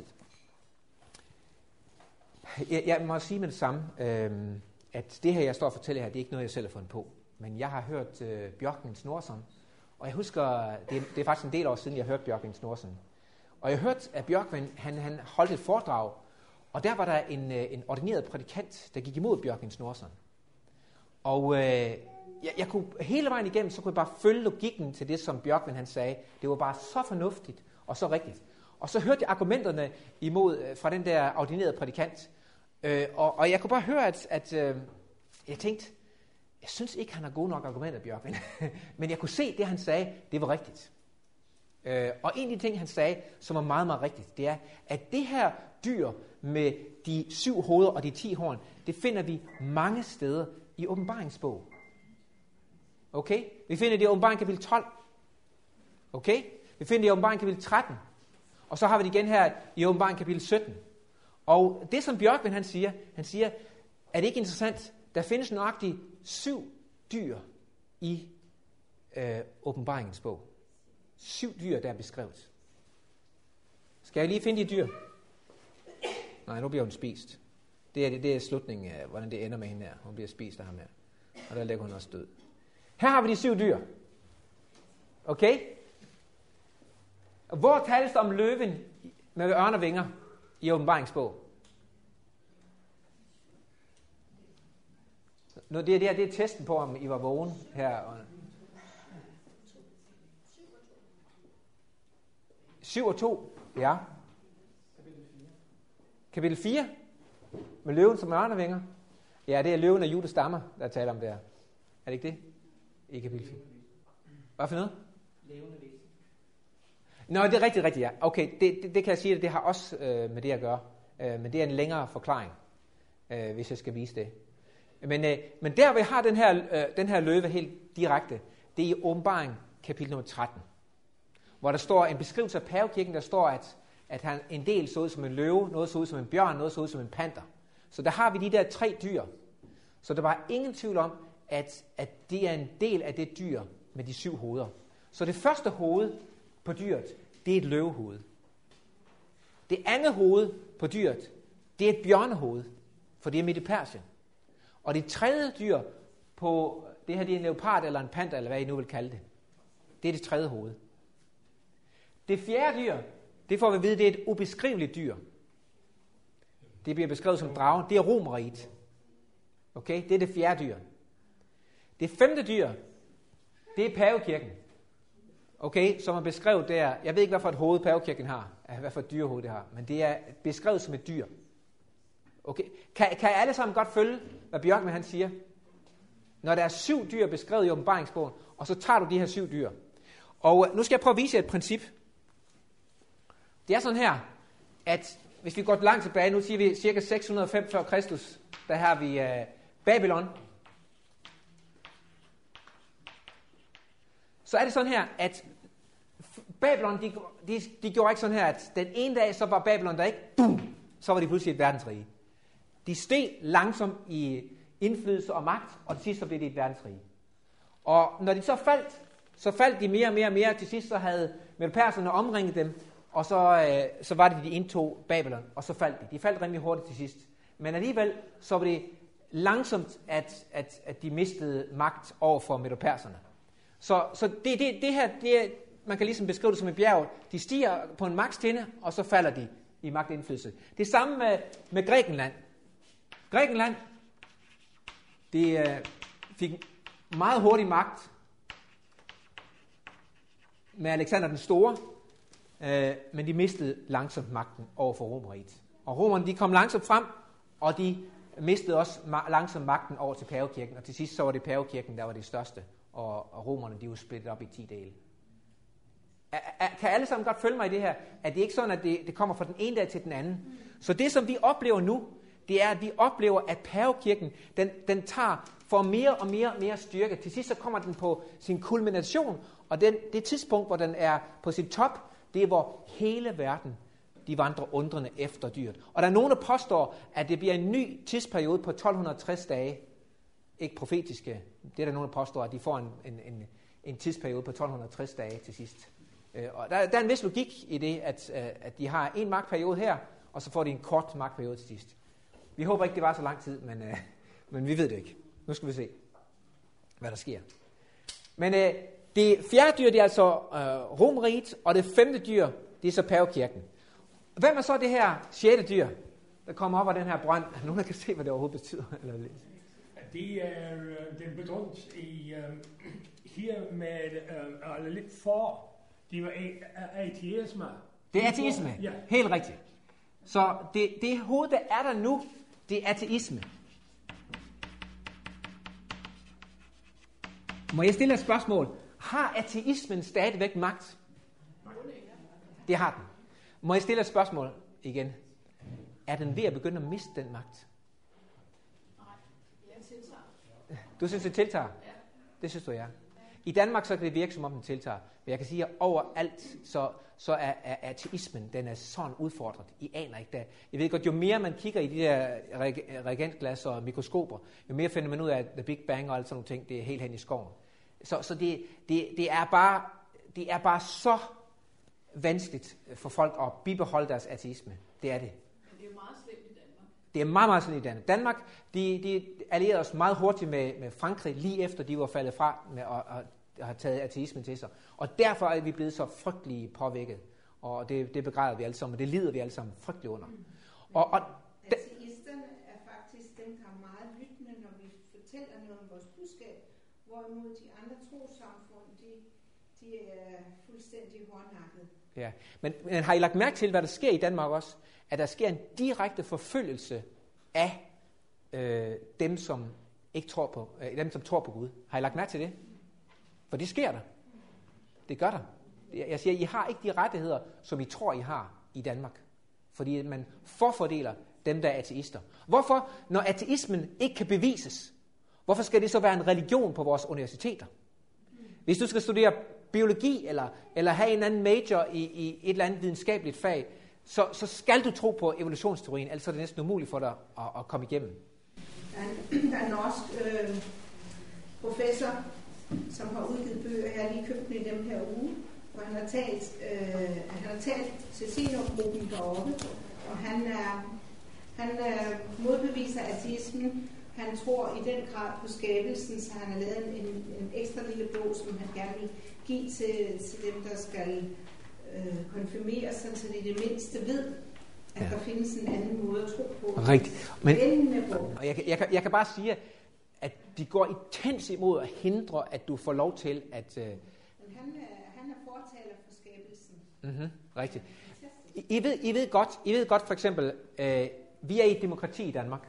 Jeg, jeg må sige med det samme, øh, at det her, jeg står og fortæller her, det er ikke noget, jeg selv har fundet på. Men jeg har hørt øh, Bjørkvin Snorson, og jeg husker, det, det er faktisk en del år siden, jeg hørte Bjørkvin Snorson. Og jeg hørte, at Bjørkvin, han, han holdt et foredrag, og der var der en, en ordineret prædikant, der gik imod Bjørkvin Snorson. Og øh, jeg, jeg kunne hele vejen igennem, så kunne jeg bare følge logikken til det, som Bjørkvin han sagde. Det var bare så fornuftigt og så rigtigt. Og så hørte jeg argumenterne imod øh, fra den der ordinerede prædikant. Øh, og, og jeg kunne bare høre, at, at øh, jeg tænkte, jeg synes ikke, han har gode nok argumenter, Bjørkvin. Men jeg kunne se, det han sagde, det var rigtigt. Øh, og en af de ting, han sagde, som var meget, meget rigtigt, det er, at det her dyr med de syv hoveder og de ti horn, det finder vi mange steder i Åbenbaringsbog. Okay? Vi finder det i Åbenbaring kapitel tolv. Okay? Vi finder det i Åbenbaring kapitel tretten. Og så har vi det igen her i Åbenbaring kapitel sytten. Og det, som Bjørkvin han siger, han siger, er det ikke interessant? Der findes nøjagtigt syv dyr i øh, Åbenbaringens bog. Syv dyr, der er beskrevet. Skal jeg lige finde de dyr? Nej, nu bliver hun spist. Det er, det, det er slutningen af, hvordan det ender med hende her. Hun bliver spist af ham her. Og der ligger hun også død. Her har vi de syv dyr. Okay? Hvor tales der om løven med ørnevinger i åbenbaringsbog? Nu, det, er det, her, det er testen på, om I var vågen her. syv og to, ja. Kapitel fire, med løven som ørnevinger. Ja, det er løven af Judas stammer, der taler om der. Er det ikke det? I kapitel fire. Hvad for noget? Levende væsen. Nå, det er rigtigt, rigtigt, ja. Okay, det, det, det kan jeg sige, at det har også øh, med det at gøre. Øh, men det er en længere forklaring, øh, hvis jeg skal vise det. Men, øh, men der, hvor jeg har den her, øh, den her løve helt direkte, det er i Åbenbaring, kapitel nummer tretten. Hvor der står en beskrivelse af pavekirken, der står, at, at han en del så ud som en løve, noget så ud som en bjørn, noget så ud som en panter. Så der har vi de der tre dyr. Så der var ingen tvivl om, at, at det er en del af det dyr med de syv hoveder. Så det første hoved på dyret, det er et løvehoved. Det andet hoved på dyret, det er et bjørnehoved, for det er midt i Persien. Og det tredje dyr på, det her det er en leopard eller en panter, eller hvad I nu vil kalde det. Det er det tredje hoved. Det fjerde dyr, det får vi at vide, det er et ubeskriveligt dyr. Det bliver beskrevet som dragen. Det er Romerriget. Okay, det er det fjerde dyr. Det femte dyr, det er pavekirken. Okay, som er beskrevet der. Jeg ved ikke, hvad for et hoved pavekirken har. Hvad for et dyrehoved det har. Men det er beskrevet som et dyr. Okay, kan, kan alle sammen godt følge, hvad Bjørkman han siger? Når der er syv dyr beskrevet i åbenbaringsbogen, og så tager du de her syv dyr. Og nu skal jeg prøve at vise jer et princip. Det er sådan her, at hvis vi går langt tilbage, nu siger vi cirka seks hundrede og fem før Kristus, der har vi uh, Babylon. Så er det sådan her, at Babylon, de, de, de gjorde ikke sådan her, at den ene dag, så var Babylon der ikke, boom, så var de pludselig et verdensrige. De steg langsomt i indflydelse og magt, og til sidst så blev det et verdensrige. Og når de så faldt, så faldt de mere og mere og mere. Til sidst så havde medo-perserne omringet dem, og så, øh, så var det, de indtog Babylon, og så faldt de. De faldt rimelig hurtigt til sidst. Men alligevel så var det langsomt, at, at, at de mistede magt over for medo-perserne. Så, så det, det, det her, det er, man kan ligesom beskrive det som et bjerg. De stiger på en magtstinde, og så falder de i magtindflydelse. Det samme med, med Grækenland. Grækenland, det øh, fik meget hurtig magt med Alexander den Store, øh, men de mistede langsomt magten over for Romerriget. Og romerne, de kom langsomt frem, og de mistede også ma- langsomt magten over til pavekirken, og til sidst så var det pavekirken, der var det største, og, og romerne, de var splittet op i ti dele. A- a- kan alle sammen godt følge mig i det her, at det ikke sådan, at det, det kommer fra den ene dag til den anden? Så det, som vi oplever nu, det er, at vi oplever, at pavekirken, den, den tager for mere og mere og mere styrke. Til sidst så kommer den på sin kulmination, og den, det tidspunkt, hvor den er på sin top, det er, hvor hele verden, de vandrer undrende efter dyret. Og der er nogen, der påstår, at det bliver en ny tidsperiode på tolv tres dage. Ikke profetiske. Det er der nogen, der påstår, at de får en, en, en, en tidsperiode på tolv tres dage til sidst. Og der, der er en vis logik i det, at, at de har en magtperiode her, og så får de en kort magtperiode til sidst. Vi håber ikke, det var så lang tid, men, øh, men vi ved det ikke. Nu skal vi se, hvad der sker. Men øh, det fjerde dyr, det er altså øh, Romerriget, og det femte dyr, det er så pavekirken. Hvem er så det her sjette dyr, der kommer op af den her brønd? Nogen, der kan se, hvad det overhovedet betyder? Eller lidt? Det er uh, den begrundet i uh, her med uh, lidt for, det var ateisme. Det er ateisme, ja. Helt rigtigt. Så det, det hoved, der er der nu, det er ateisme. Må jeg stille et spørgsmål? Har ateismen stadigvæk magt? Det har den. Må jeg stille et spørgsmål igen? Er den ved at begynde at miste den magt? Nej, jeg tiltager. Du synes, det tiltager? Ja. Det synes du, ja. I Danmark så kan det virke, som om den tiltager. Men jeg kan sige, at overalt så, så er, er ateismen, den er sådan udfordret. I aner ikke det. Jeg ved godt, jo mere man kigger i de der reagensglas og mikroskoper, jo mere finder man ud af, at The Big Bang og alt sådan nogle ting, det er helt hen i skoven. Så, så det, det, det, er bare, det er bare så vanskeligt for folk at bibeholde deres ateisme. Det er det. Men det er jo meget slemt i Danmark. Det er meget, meget slemt i Danmark. Danmark, de, de allierede os meget hurtigt med, med Frankrig, lige efter de var faldet fra med at, at, at have taget ateismen til sig. Og derfor er vi blevet så frygtelig påvirket. og det, det begræder vi alle sammen, og det lider vi alle sammen frygtelig under. Og, og ateisterne er faktisk dem, der er meget lyttende, når vi fortæller noget om vores budskab, hvorimod de andre trossamfund, de, de er fuldstændig hårdnakket. Ja, men, men har I lagt mærke til, hvad der sker i Danmark også? At der sker en direkte forfølgelse af øh, dem, som ikke tror på, øh, dem, som tror på Gud. Har I lagt mærke til det? For det sker der. Det gør der. Jeg siger, I har ikke de rettigheder, som I tror, I har i Danmark. Fordi man forfordeler dem, der er ateister. Hvorfor, når ateismen ikke kan bevises, hvorfor skal det så være en religion på vores universiteter? Hvis du skal studere biologi, eller, eller have en anden major i, i et eller andet videnskabeligt fag, så, så skal du tro på evolutionsteorien, ellers er det næsten umuligt for dig at, at komme igennem. Der er en, der er en norsk øh, professor, som har udgivet bøger. Jeg har lige købt dem i dem her uge, hvor han har talt, øh, han har talt til seniorgruppen deroppe, og han er, han er modbeviser ateismen. Han tror i den grad på skabelsen, så han har lavet en, en ekstra lille bog, som han gerne vil give til, til dem, der skal øh, konfirmeres, så de det mindste ved, at ja. Der findes en anden måde at tro på. Rigtigt. Men, og jeg, jeg, kan, jeg kan bare sige, at de går intens imod at hindre, at du får lov til at... Øh... Men han er, han er fortaler for skabelsen. Mm-hmm, rigtigt. I, I, ved, I, ved godt, I ved godt for eksempel, øh, vi er i et demokrati i Danmark.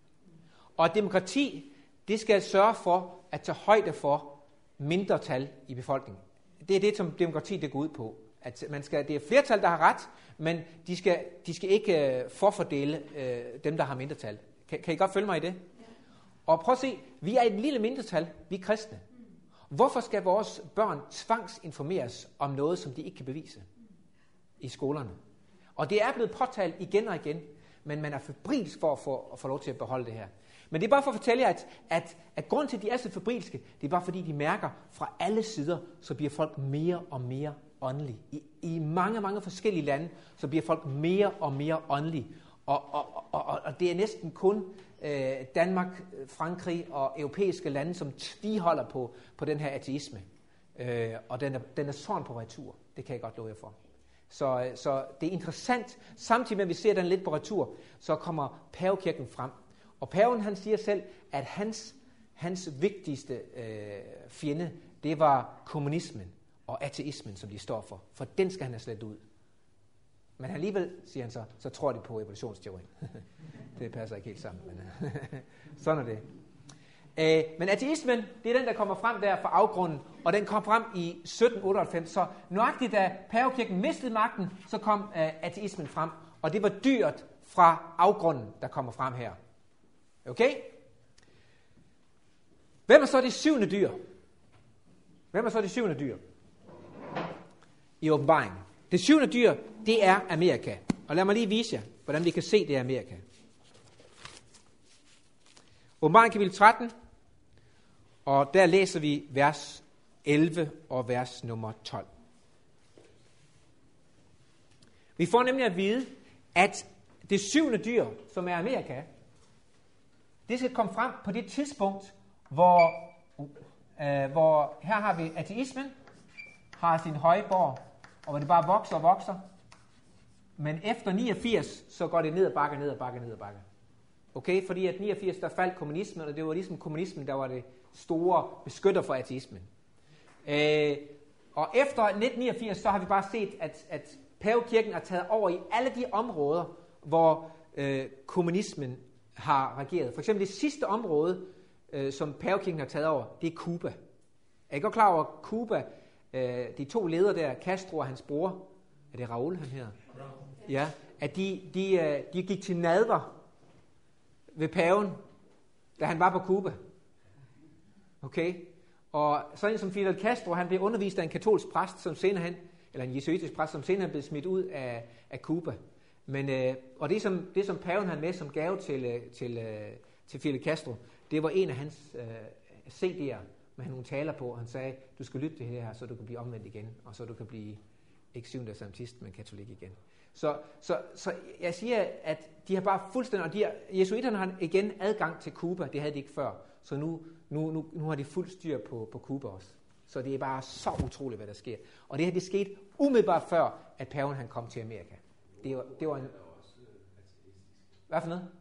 Og demokrati, det skal sørge for at tage højde for mindretal i befolkningen. Det er det, som demokrati det går ud på. At man skal, det er flertal, der har ret, men de skal, de skal ikke uh, forfordele uh, dem, der har mindretal. Kan, kan I godt følge mig i det? Ja. Og prøv at se, vi er et lille mindretal, vi er kristne. Hvorfor skal vores børn tvangsinformeres om noget, som de ikke kan bevise i skolerne? Og det er blevet påtalt igen og igen, men man er febrilsk for at få, at få lov til at beholde det her. Men det er bare for at fortælle jer, at, at, at grunden til, at de er så febrilske, det er bare fordi, de mærker fra alle sider, så bliver folk mere og mere åndelige. I, i mange, mange forskellige lande, så bliver folk mere og mere åndelige. Og, og, og, og det er næsten kun øh, Danmark, Frankrig og europæiske lande, som tviholder på, på den her ateisme. Øh, og den er, den er sådan på retur. Det kan jeg godt love jer for. Så, så det er interessant. Samtidig med, at vi ser den lidt på retur, så kommer pavekirken frem. Og paven, han siger selv, at hans, hans vigtigste øh, fjende, det var kommunismen og ateismen, som de står for. For den skal han have slet ud. Men alligevel, siger han så, så tror de på evolutionsteorien. Det passer ikke helt sammen, men sådan er det. Øh, men ateismen, det er den, der kommer frem der fra afgrunden, og den kom frem i sytten otteoghalvfems. Så nøjagtigt, da pavekirken mistede magten, så kom øh, ateismen frem, og det var dyrt fra afgrunden, der kommer frem her. Okay? Hvem er så det syvende dyr? Hvem er så det syvende dyr? I åbenbaringen. Det syvende dyr, det er Amerika. Og lad mig lige vise jer, hvordan vi kan se det er Amerika. Åbenbaringen kapitel tretten, og der læser vi vers elleve og vers nummer tolv. Vi får nemlig at vide, at det syvende dyr, som er Amerika, det skal komme frem på det tidspunkt, hvor, øh, hvor her har vi ateismen, har sin højborg, og hvor det bare vokser og vokser. Men efter niogfirs, så går det ned ad bakke, ned ad bakke, ned ad bakke. Okay, fordi at niogfirs, der faldt kommunismen, og det var ligesom kommunismen, der var det store beskytter for ateismen. Øh, og efter nitten niogfirs, så har vi bare set, at, at pavekirken er taget over i alle de områder, hvor øh, kommunismen har regeret. For eksempel det sidste område, øh, som pavekirken har taget over, det er Cuba. Er I godt klar over, at Cuba, øh, de to ledere der, Castro og hans bror, er det Raúl, han hedder? Ja, at de, de, de gik til nadver ved paven, da han var på Cuba. Okay? Og sådan en som Fidel Castro, han blev undervist af en katolsk præst, som senere hen, eller en jesuitisk præst, som senere blev smidt ud af, af Cuba. Men, øh, og det som, det, som paven havde med som gave til, til, øh, til Fidel Castro, det var en af hans øh, C D'er, med nogle taler på. Han sagde, du skal lytte til det her, så du kan blive omvendt igen, og så du kan blive ikke syvende adventist, men katolik igen. Så, så, så jeg siger, at de har bare fuldstændig, og de har, jesuiterne har igen adgang til Cuba, det havde de ikke før, så nu, nu, nu, nu har de fuld styr på, på Cuba også. Så det er bare så utroligt, hvad der sker. Og det her, det skete umiddelbart før, at paven han kom til Amerika. Det var, det var en... Hvad for noget?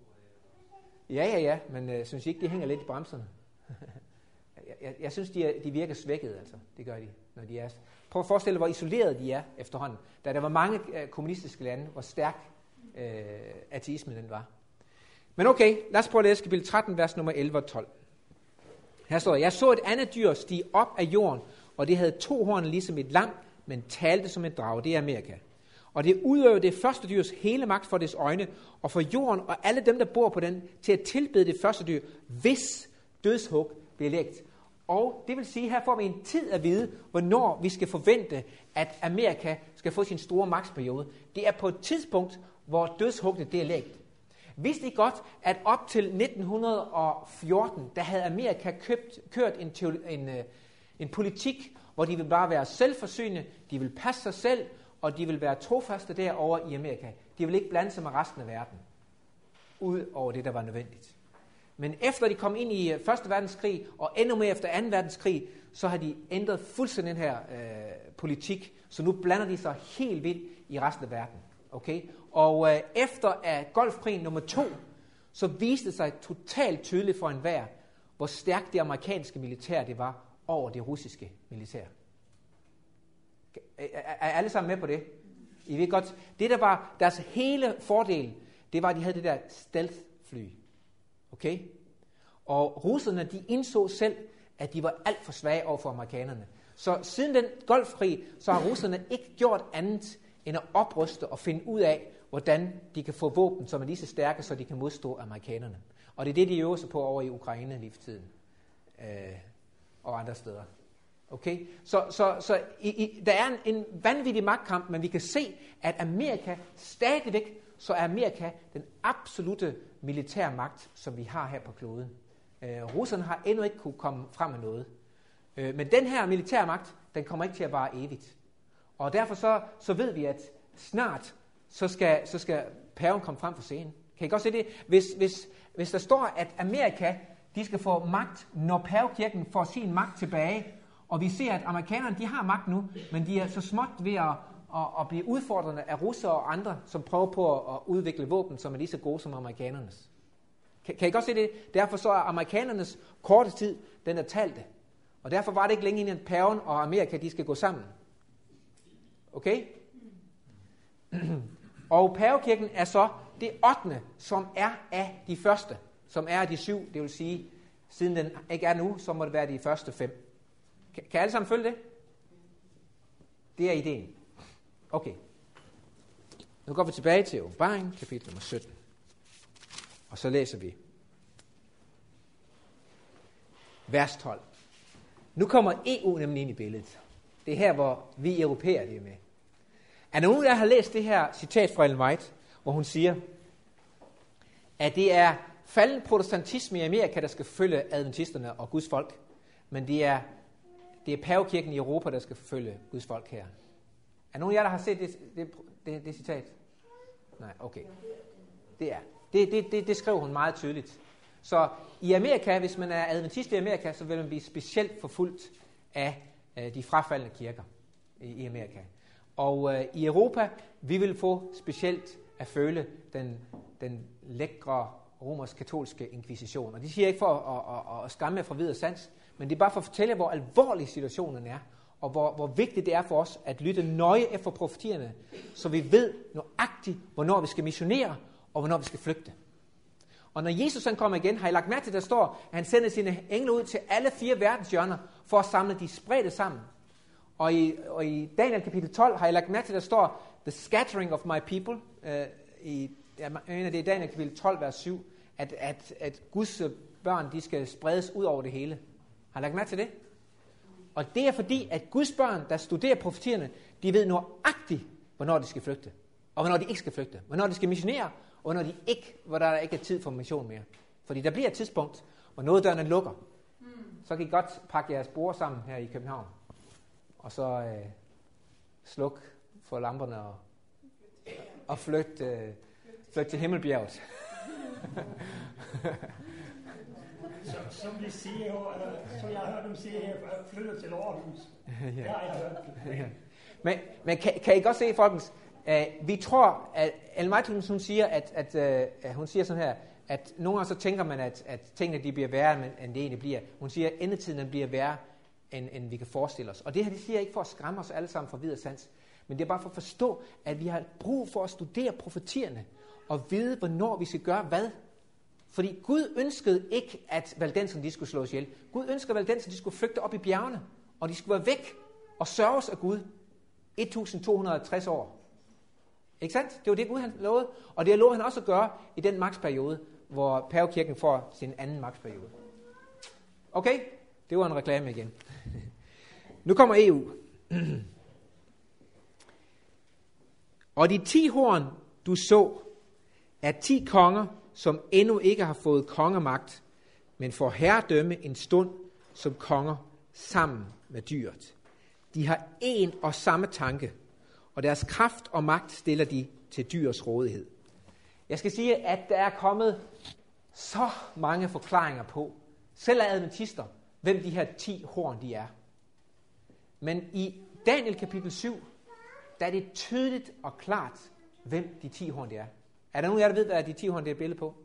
Ja, ja, ja, men øh, synes I ikke, de hænger lidt i bremserne? jeg, jeg, jeg synes, de, er, de virker svækket, altså. Det gør de, når de er... Prøv at forestille dig, hvor isolerede de er efterhånden. Da der var mange øh, kommunistiske lande, hvor stærk øh, ateismen den var. Men okay, lad os prøve at læse kapitel tretten, vers nummer elleve og tolv. Her står der, jeg så et andet dyr stige op af jorden, og det havde to horn ligesom et lam, men talte som en drage. Det er Amerika. Og det udøvede det første dyrs hele magt for dets øjne, og for jorden og alle dem, der bor på den, til at tilbede det første dyr, hvis dødshug bliver lægt. Og det vil sige, her får vi en tid at vide, hvornår vi skal forvente, at Amerika skal få sin store magtsperiode. Det er på et tidspunkt, hvor dødshuggene det er lægt. Vidste I godt, at op til nitten fjorten, der havde Amerika købt, kørt en, teori, en, en politik, hvor de ville bare være selvforsynende, de ville passe sig selv, og de ville være trofaste derovre i Amerika. De ville ikke blande sig med resten af verden, ud over det, der var nødvendigt. Men efter de kom ind i første verdenskrig, og endnu mere efter anden verdenskrig, så har de ændret fuldstændig den her øh, politik, så nu blander de sig helt vildt i resten af verden. Okay? Og øh, efter at Golfkrigen nummer to, så viste det sig totalt tydeligt for enhver, hvor stærkt det amerikanske militær det var over det russiske militær. Er, er, er alle sammen med på det? I ved godt, det der var deres hele fordel, det var, at de havde det der stealth-fly. Okay? Og russerne, de indså selv, at de var alt for svage over for amerikanerne. Så siden den Golfkrig, så har russerne ikke gjort andet end at opruste og finde ud af, hvordan de kan få våben, som er lige så stærke, så de kan modstå amerikanerne. Og det er det, de øver sig på over i Ukraine lige for tiden. Øh, og andre steder. Okay? Så, så, så i, i, der er en, en vanvittig magtkamp, men vi kan se, at Amerika stadigvæk, så er Amerika den absolute militærmagt, som vi har her på kloden. Øh, russerne har endnu ikke kunne komme frem med noget. Øh, men den her militærmagt, den kommer ikke til at vare evigt. Og derfor så, så ved vi, at snart så skal, så skal paven komme frem for scenen. Kan I godt se det? Hvis, hvis, hvis der står, at Amerika de skal få magt, når pavekirken får sin magt tilbage, og vi ser, at amerikanerne de har magt nu, men de er så småt ved at, at, at blive udfordrende af russere og andre, som prøver på at, at udvikle våben, som er lige så gode som amerikanernes. Kan, kan I godt se det? Derfor så er amerikanernes korte tid, den er talte. Og derfor var det ikke længe inden, at paven og Amerika de skal gå sammen. Okay? Og pavekirken er så det ottende, som er af de første, som er af de syv, det vil sige, siden den ikke er nu, så må det være de første fem. Kan, kan alle sammen følge det? Det er ideen. Okay. Nu går vi tilbage til Åbenbaringen, kapitel nummer sytten. Og så læser vi vers tolv. Nu kommer E U nemlig ind i billedet. Det er her, hvor vi europæere er med. Er der nogen, der har læst det her citat fra Ellen White, hvor hun siger, at det er falden protestantisme i Amerika, der skal forfølge adventisterne og Guds folk, men det er, det er pavekirken i Europa, der skal forfølge Guds folk her. Er nogen af jer, der har set det, det, det, det citat? Nej, okay. Det er. Det, det, det, det skrev hun meget tydeligt. Så i Amerika, hvis man er adventist i Amerika, så vil man blive specielt forfulgt af øh, de frafaldne kirker i, i Amerika. Og øh, i Europa, vi vil få specielt at føle den, den lækre romersk-katolske inkvisition. Og det siger jeg ikke for at, at, at skræmme jer fra videre sans, men det er bare for at fortælle jer, hvor alvorlig situationen er, og hvor, hvor vigtigt det er for os at lytte nøje efter profetierne, så vi ved nøjagtigt, hvornår vi skal missionere, og hvornår vi skal flygte. Og når Jesus han kommer igen, har I lagt mærke til, at der står, at han sender sine engle ud til alle fire verdenshjørner, for at samle de spredte sammen. Og i, og i Daniel kapitel tolv har jeg lagt mærke til, at der står, the scattering of my people, uh, i, jeg mener, det er Daniel kapitel tolv, vers syv, at, at, at Guds børn, de skal spredes ud over det hele. Har I lagt mærke til det? Og det er fordi, at Guds børn, der studerer profetierne, de ved nøjagtigt, hvornår de skal flygte, og hvornår de ikke skal flygte, hvornår de skal missionere, og hvornår de ikke, hvor der ikke er tid for mission mere. Fordi der bliver et tidspunkt, hvor nåddørene lukker. Så kan I godt pakke jeres bord sammen her i København, og så øh, sluk for lamperne og, og flyt, øh, flyt til Himmelbjerget. Som de siger jo, eller som jeg har hørt dem sige her, at flytte til Aarhus. Ja. Ja, jeg har hørt det. Ja. Men, men kan, kan I godt se, folkens, uh, vi tror, at Ellen White, hun siger, at, at uh, hun siger sådan her, at nogle gange så tænker man, at, at tingene de bliver værre, end det egentlig bliver. Hun siger, at endetiden bliver værre, end, end vi kan forestille os. Og det her, det siger jeg ikke for at skræmme os alle sammen fra vid og sans, men det er bare for at forstå, at vi har brug for at studere profetierne, og vide, hvornår vi skal gøre hvad. Fordi Gud ønskede ikke, at valdenserne de skulle slås ihjel. Gud ønskede, at valdenserne de skulle flygte op i bjergene, og de skulle være væk og sørges af Gud et tusind to hundrede og tres år. Ikke sandt? Det var det, Gud han lovede. Og det lovede han også at gøre i den magtsperiode, hvor pavekirken får sin anden magtsperiode. Okay? Det var en reklame igen. Nu kommer E U. Og de ti horn, du så, er ti konger, som endnu ikke har fået kongemagt, men får herredømme en stund som konger sammen med dyret. De har en og samme tanke, og deres kraft og magt stiller de til dyrets rådighed. Jeg skal sige, at der er kommet så mange forklaringer på, selv af adventister, hvem de her ti horn de er. Men i Daniel kapitel syv, der er det tydeligt og klart, hvem de ti horn de er. Er der nogen af jer, der ved, hvad de ti horn det er et billede på?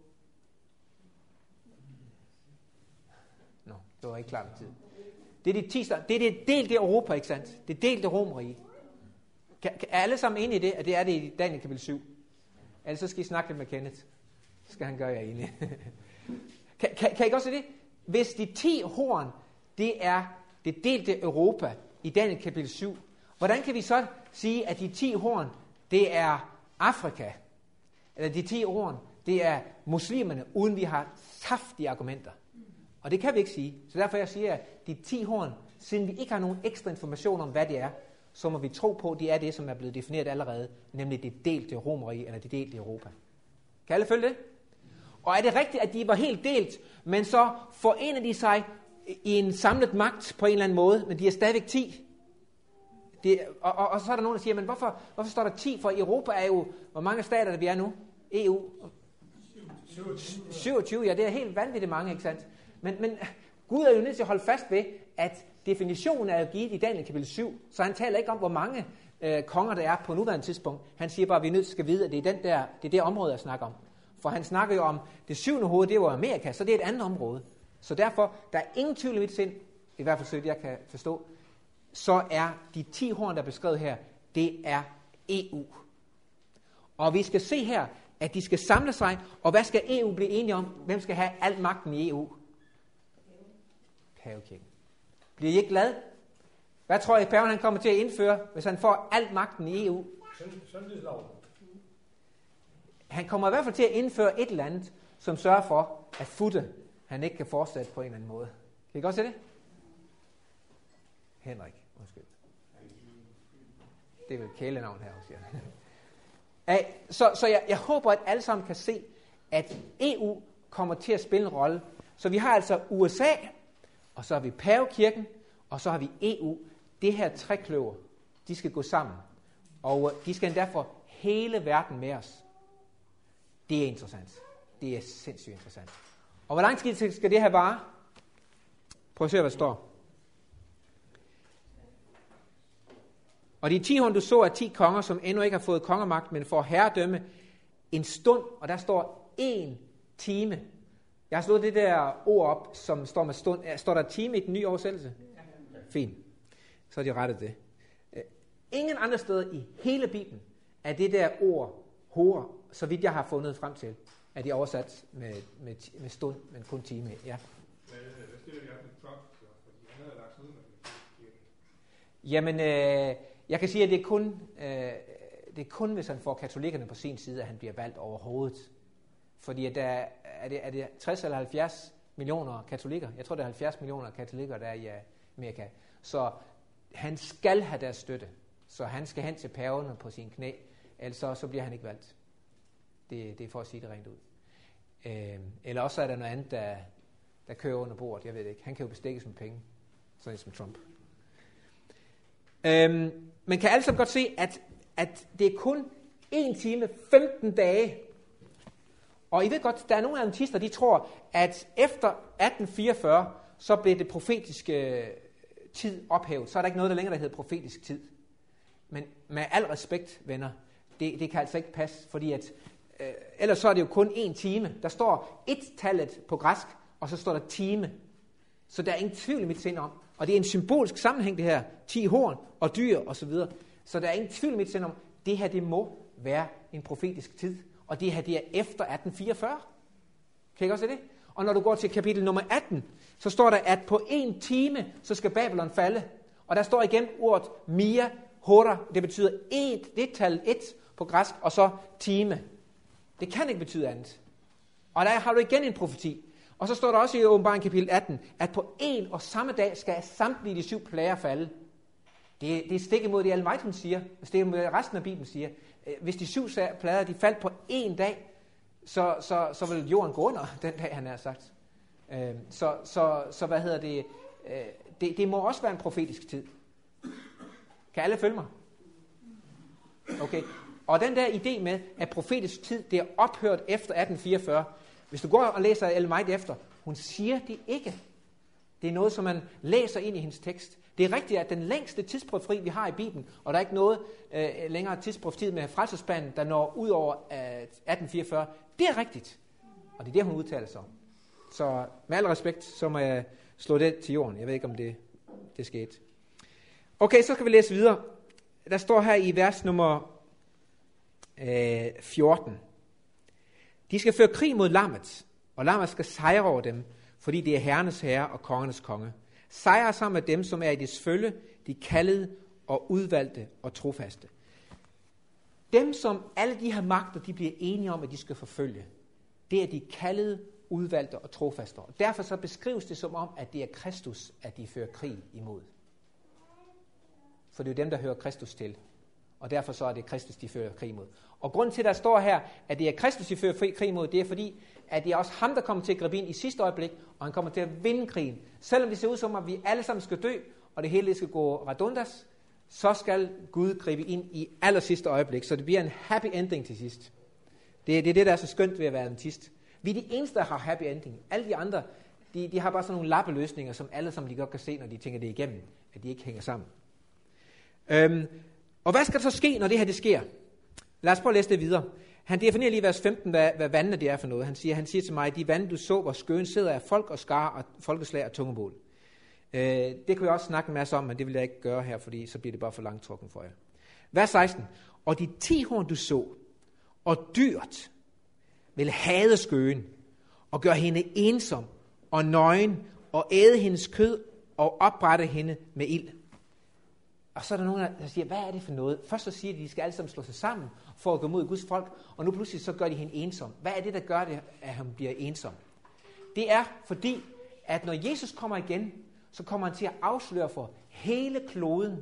Nå, det var ikke klart med tid. Det er de ti, det er det delte Europa, ikke sandt? Det delte Romerige. Kan, kan, er alle sammen enige i det, at det er det i Daniel kapitel syv? Ellers så skal I snakke lidt med Kenneth. Så skal han gøre jer enige. kan, kan, kan I godt se det? Hvis de ti horn, det er det delte Europa i Daniel kapitel syv, hvordan kan vi så sige, at de ti horn, det er Afrika? Eller de ti horn, det er muslimerne, uden vi har saftige argumenter. Og det kan vi ikke sige. Så derfor jeg siger, at de ti horn, siden vi ikke har nogen ekstra information om, hvad det er, så må vi tro på, at det er det, som er blevet defineret allerede, nemlig det delte Romerige, eller det delte Europa. Kan alle følge det? Og er det rigtigt, at de var helt delt, men så forener de sig i en samlet magt på en eller anden måde, men de er stadigvæk ti? Det, og, og, og så er der nogen, der siger, men hvorfor, hvorfor står der ti? For Europa er jo, hvor mange stater der vi er nu? E U? syvogtyve, ja, det er helt vanvittigt mange, ikke sandt? Men, men Gud er jo nødt til at holde fast ved, at definitionen er jo givet i Daniel kapitel syv, så han taler ikke om, hvor mange øh, konger der er på nuværende tidspunkt. Han siger bare, at vi er nødt til at vide, at det er, den der, det er det område, jeg snakker om. For han snakker jo om, det syvende hoved, det var Amerika, så det er et andet område. Så derfor, der er ingen tvivl i mit sind, i hvert fald så jeg kan forstå, så er de ti horn, der er beskrevet her, det er E U. Og vi skal se her, at de skal samle sig, og hvad skal E U blive enige om? Hvem skal have al magten i E U? Pavekirken. Bliver I ikke glad? Hvad tror I, paven han kommer til at indføre, hvis han får al magten i E U? Sundhedsloven. Han kommer i hvert fald til at indføre et eller andet, som sørger for, at Futte, han ikke kan fortsætte på en eller anden måde. Kan I godt se det? Henrik, undskyld. Det er vel kælenavn her også, ja. Så, så jeg, jeg håber, at alle sammen kan se, at E U kommer til at spille en rolle. Så vi har altså U S A, og så har vi pavekirken, og så har vi E U. Det her trekløver, de skal gå sammen. Og de skal endda få hele verden med os. Det er interessant. Det er sindssygt interessant. Og hvor lang tid skal det her vare? Prøv at se, hvad der står. Og de ti horn, du så, er ti konger, som endnu ikke har fået kongemagt, men får herredømme en stund, og der står en time. Jeg har slået det der ord op, som står med stund. Står der time i den nye oversættelse? Fint. Så har de rettet det. Ingen andre steder i hele Bibelen er det der ord, hore, så vidt jeg har fundet frem til, er de oversat med, med, med stund, men kun time. Ja. Hvad sker der med Trump? Fordi han havde lagt sådan med Jamen, øh, jeg kan sige, at det er, kun, øh, det er kun, hvis han får katolikkerne på sin side, at han bliver valgt overhovedet. Fordi at der er, det, er det tres eller halvfjerds millioner katolikker. Jeg tror, det er halvfjerds millioner katolikker, der er i Amerika. Så han skal have deres støtte. Så han skal hen til paverne på sin knæ, ellers så, så bliver han ikke valgt. Det, det er for at sige det rent ud. Øh, eller også er der noget andet, der, der kører under bordet. Jeg ved det ikke. Han kan jo bestikkes med penge. Sådan som Trump. Øh, man kan alle sammen godt se, at, at det er kun en time, femten dage. Og I ved godt, der er nogle adventister, de tror, at efter atten fireogfyrre, så blev det profetiske tid ophævet. Så er der ikke noget, der længere der hedder profetisk tid. Men med al respekt, venner, det, det kan altså ikke passe, fordi at, øh, ellers så er det jo kun en time. Der står et-tallet på græsk, og så står der time. Så der er ingen tvivl i mit sind om. Og det er en symbolsk sammenhæng, det her. ti horn og dyr og så videre. Så der er ingen tvivl i mit sind om, det her det må være en profetisk tid. Og det her det er efter atten fireogfyrre. Kan I godt se det? Og når du går til kapitel nummer atten, så står der, at på en time, så skal Babylon falde. Og der står igen ordet mia, hora, det betyder et, det tal et på græsk, og så time. Det kan ikke betyde andet. Og der har du igen en profeti. Og så står der også i Åbenbaringen kapitel atten, at på en og samme dag skal samtlige de syv plager falde. Det, det er stik imod det, Ellen White hun siger, stik imod det, resten af Bibelen siger. Hvis de syv plager, de faldt på en dag, så, så, så vil jorden gå under den dag, han har sagt. Så, så, så hvad hedder det? det? Det må også være en profetisk tid. Kan alle følge mig? Okay. Og den der idé med, at profetisk tid, det er ophørt efter atten fireogfyrre. Hvis du går og læser Ellen White efter, hun siger det ikke. Det er noget, som man læser ind i hendes tekst. Det er rigtigt, at den længste tidsprofeti, vi har i Bibelen, og der er ikke noget øh, længere tidsprofeti med frelsesspanden, der når ud over øh, atten fireogfyrre. Det er rigtigt. Og det er det, hun udtaler sig om. Så med al respekt, så må jeg slå det til jorden. Jeg ved ikke, om det, det skete. Okay, så skal vi læse videre. Der står her i vers nummer øh, fjorten. De skal føre krig mod lammet, og lammet skal sejre over dem, fordi det er herrenes herre og kongernes konge. Sejre sammen med dem, som er i dets følge, de kaldede og udvalgte og trofaste. Dem, som alle de her magter, de bliver enige om, at de skal forfølge, det er de kaldede, udvalgte og trofaste. Og derfor så beskrives det som om, at det er Kristus, at de fører krig imod. For det er jo dem, der hører Kristus til. Og derfor så er det Kristus, de fører krig imod. Og grunden til, at der står her, at det er Kristus, de fører krig imod, det er fordi, at det er også ham, der kommer til at gribe ind i sidste øjeblik, og han kommer til at vinde krigen. Selvom det ser ud som, at vi alle sammen skal dø, og det hele skal gå redundas, så skal Gud gribe ind i aller sidste øjeblik. Så det bliver en happy ending til sidst. Det er det, det der er så skønt ved at være adventist. Vi er de eneste, der har happy ending. Alle de andre, de, de har bare sådan nogle lappeløsninger, som alle sammen de godt kan se, når de tænker det igennem, at de ikke hænger sammen. Øhm, og hvad skal der så ske, når det her det sker? Lad os prøve at læse det videre. Han definerer lige i vers femten, hvad, hvad vandene det er for noget. Han siger, han siger til mig, de vande, du så, hvor skøen sidder af folk og skar og folkeslag og tungemål. Øh, det kunne jeg også snakke en masse om, men det vil jeg ikke gøre her, fordi så bliver det bare for langtrukken for jer. Vers seksten. Og de ti horn, du så, og dyrt, vil hade skøen, og gøre hende ensom og nøgen, og æde hendes kød, og opbrette hende med ild. Og så er der nogen, der siger, hvad er det for noget? Først så siger de, at de skal alle sammen slå sig sammen for at gå mod Guds folk, og nu pludselig så gør de hende ensom. Hvad er det, der gør det, at han bliver ensom? Det er fordi, at når Jesus kommer igen, så kommer han til at afsløre for hele kloden,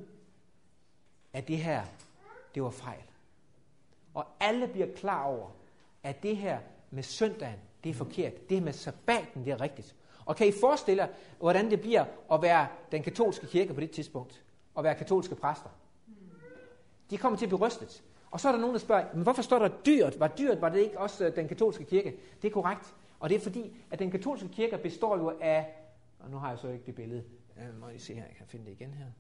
at det her, det var fejl. Og alle bliver klar over, at det her med søndagen, det er forkert. Det her med sabbaten, det er rigtigt. Og kan I forestille jer, hvordan det bliver at være den katolske kirke på det tidspunkt? Og være katolske præster. De kommer til at blive rystet. Og så er der nogen, der spørger, men hvorfor står der dyrt? Var dyrt, var det ikke også den katolske kirke? Det er korrekt. Og det er fordi, at den katolske kirke består jo af, og nu har jeg så ikke det billede, jeg må lige se her, jeg kan finde det igen her.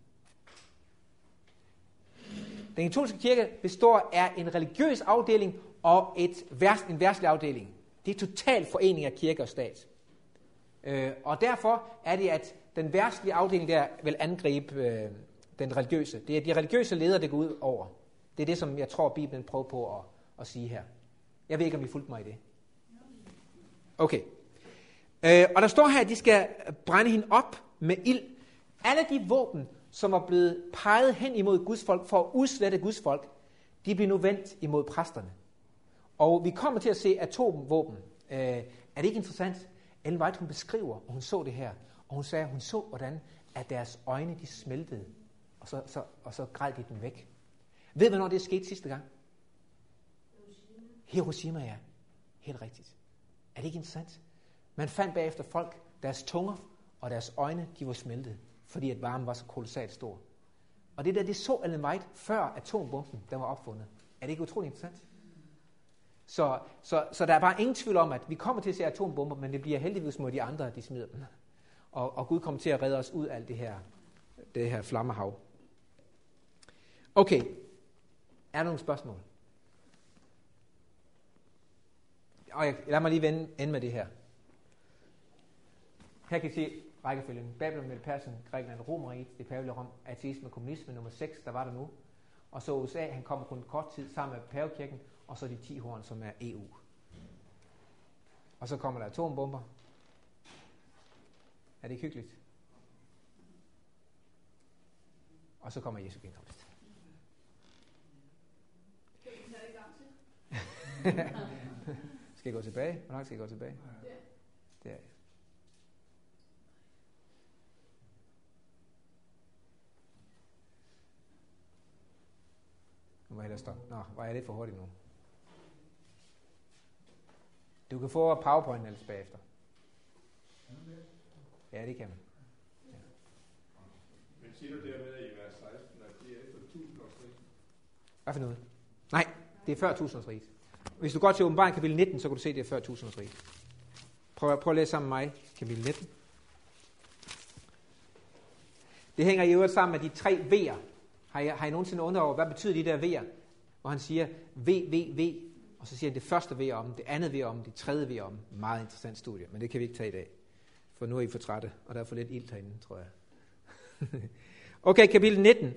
Den katolske kirke består af en religiøs afdeling og et vers, en verdslig afdeling. Det er totalt forening af kirke og stat. Øh, og derfor er det, at den verdslige afdeling der vil angribe øh, den religiøse. Det er de religiøse ledere, det går ud over. Det er det, som jeg tror, Bibelen prøver på at, at sige her. Jeg ved ikke, om I fulgte mig i det. Okay. Øh, og der står her, at de skal brænde hende op med ild. Alle de våben, som var blevet peget hen imod Guds folk, for at udslette Guds folk, de bliver nu vendt imod præsterne. Og vi kommer til at se atomvåben. Øh, er det ikke interessant? Ellen White, hun beskriver, og hun så det her. Og hun sagde, at hun så, hvordan at deres øjne de smeltede, og så, så, og så græd de den væk. Ved du, hvornår det skete sidste gang? Hiroshima. Hiroshima, ja. Helt rigtigt. Er det ikke interessant? Man fandt bagefter folk, deres tunger og deres øjne, de var smeltet, fordi at varmen var så kolossalt stor. Og det der, det så Ellen White, før atombomben den var opfundet. Er det ikke utroligt interessant? Så, så, så der er bare ingen tvivl om, at vi kommer til at se atombomber, men det bliver heldigvis mod de andre, de smider dem. Og, og Gud kommer til at redde os ud af alt det her, det her flammehav. Okay, er der nogle spørgsmål? Og jeg, lad mig lige vende, ende med det her. Her kan I se rækkefølgen. Babylon, Medo Persien, Grækenland, Romeriget, det pavlige Rom, ateisme, kommunisme, nummer seks, der var der nu. Og så U S A, han kommer kun kort tid sammen med pavekirken, og så de ti horn, som er E U. Og så kommer der atombomber. Er det ikke hyggeligt? Og så kommer Jesu genkomst. Skal jeg gå tilbage? Hvor langt skal jeg gå tilbage? Ja. Det er Nu må jeg hellere stoppe. Nå, hvor er det for hurtigt nu? Du kan få PowerPoint ellers bagefter. Ja, det kan man. Ja. Men siger du dermed i vers seksten, at det er efter tusindårsriget? Hvad for noget? Nej, det er før tusindårsriget. Hvis du går til Åbenbaring kapitel nitten, så kan du se, det er før tusindårsriget. Prøv, prøv at læse sammen med mig, kapitel nitten. Det hænger i øvrigt sammen med de tre V'er. Har I, har I nogensinde undret over, hvad betyder de der V'er? Hvor han siger V, V, V, og så siger han det første V om, det andet V om, det tredje V om. Meget interessant studie, men det kan vi ikke tage i dag. For nu er I for trætte, og der er for lidt ilt herinde, tror jeg. Okay, kapitel nitten.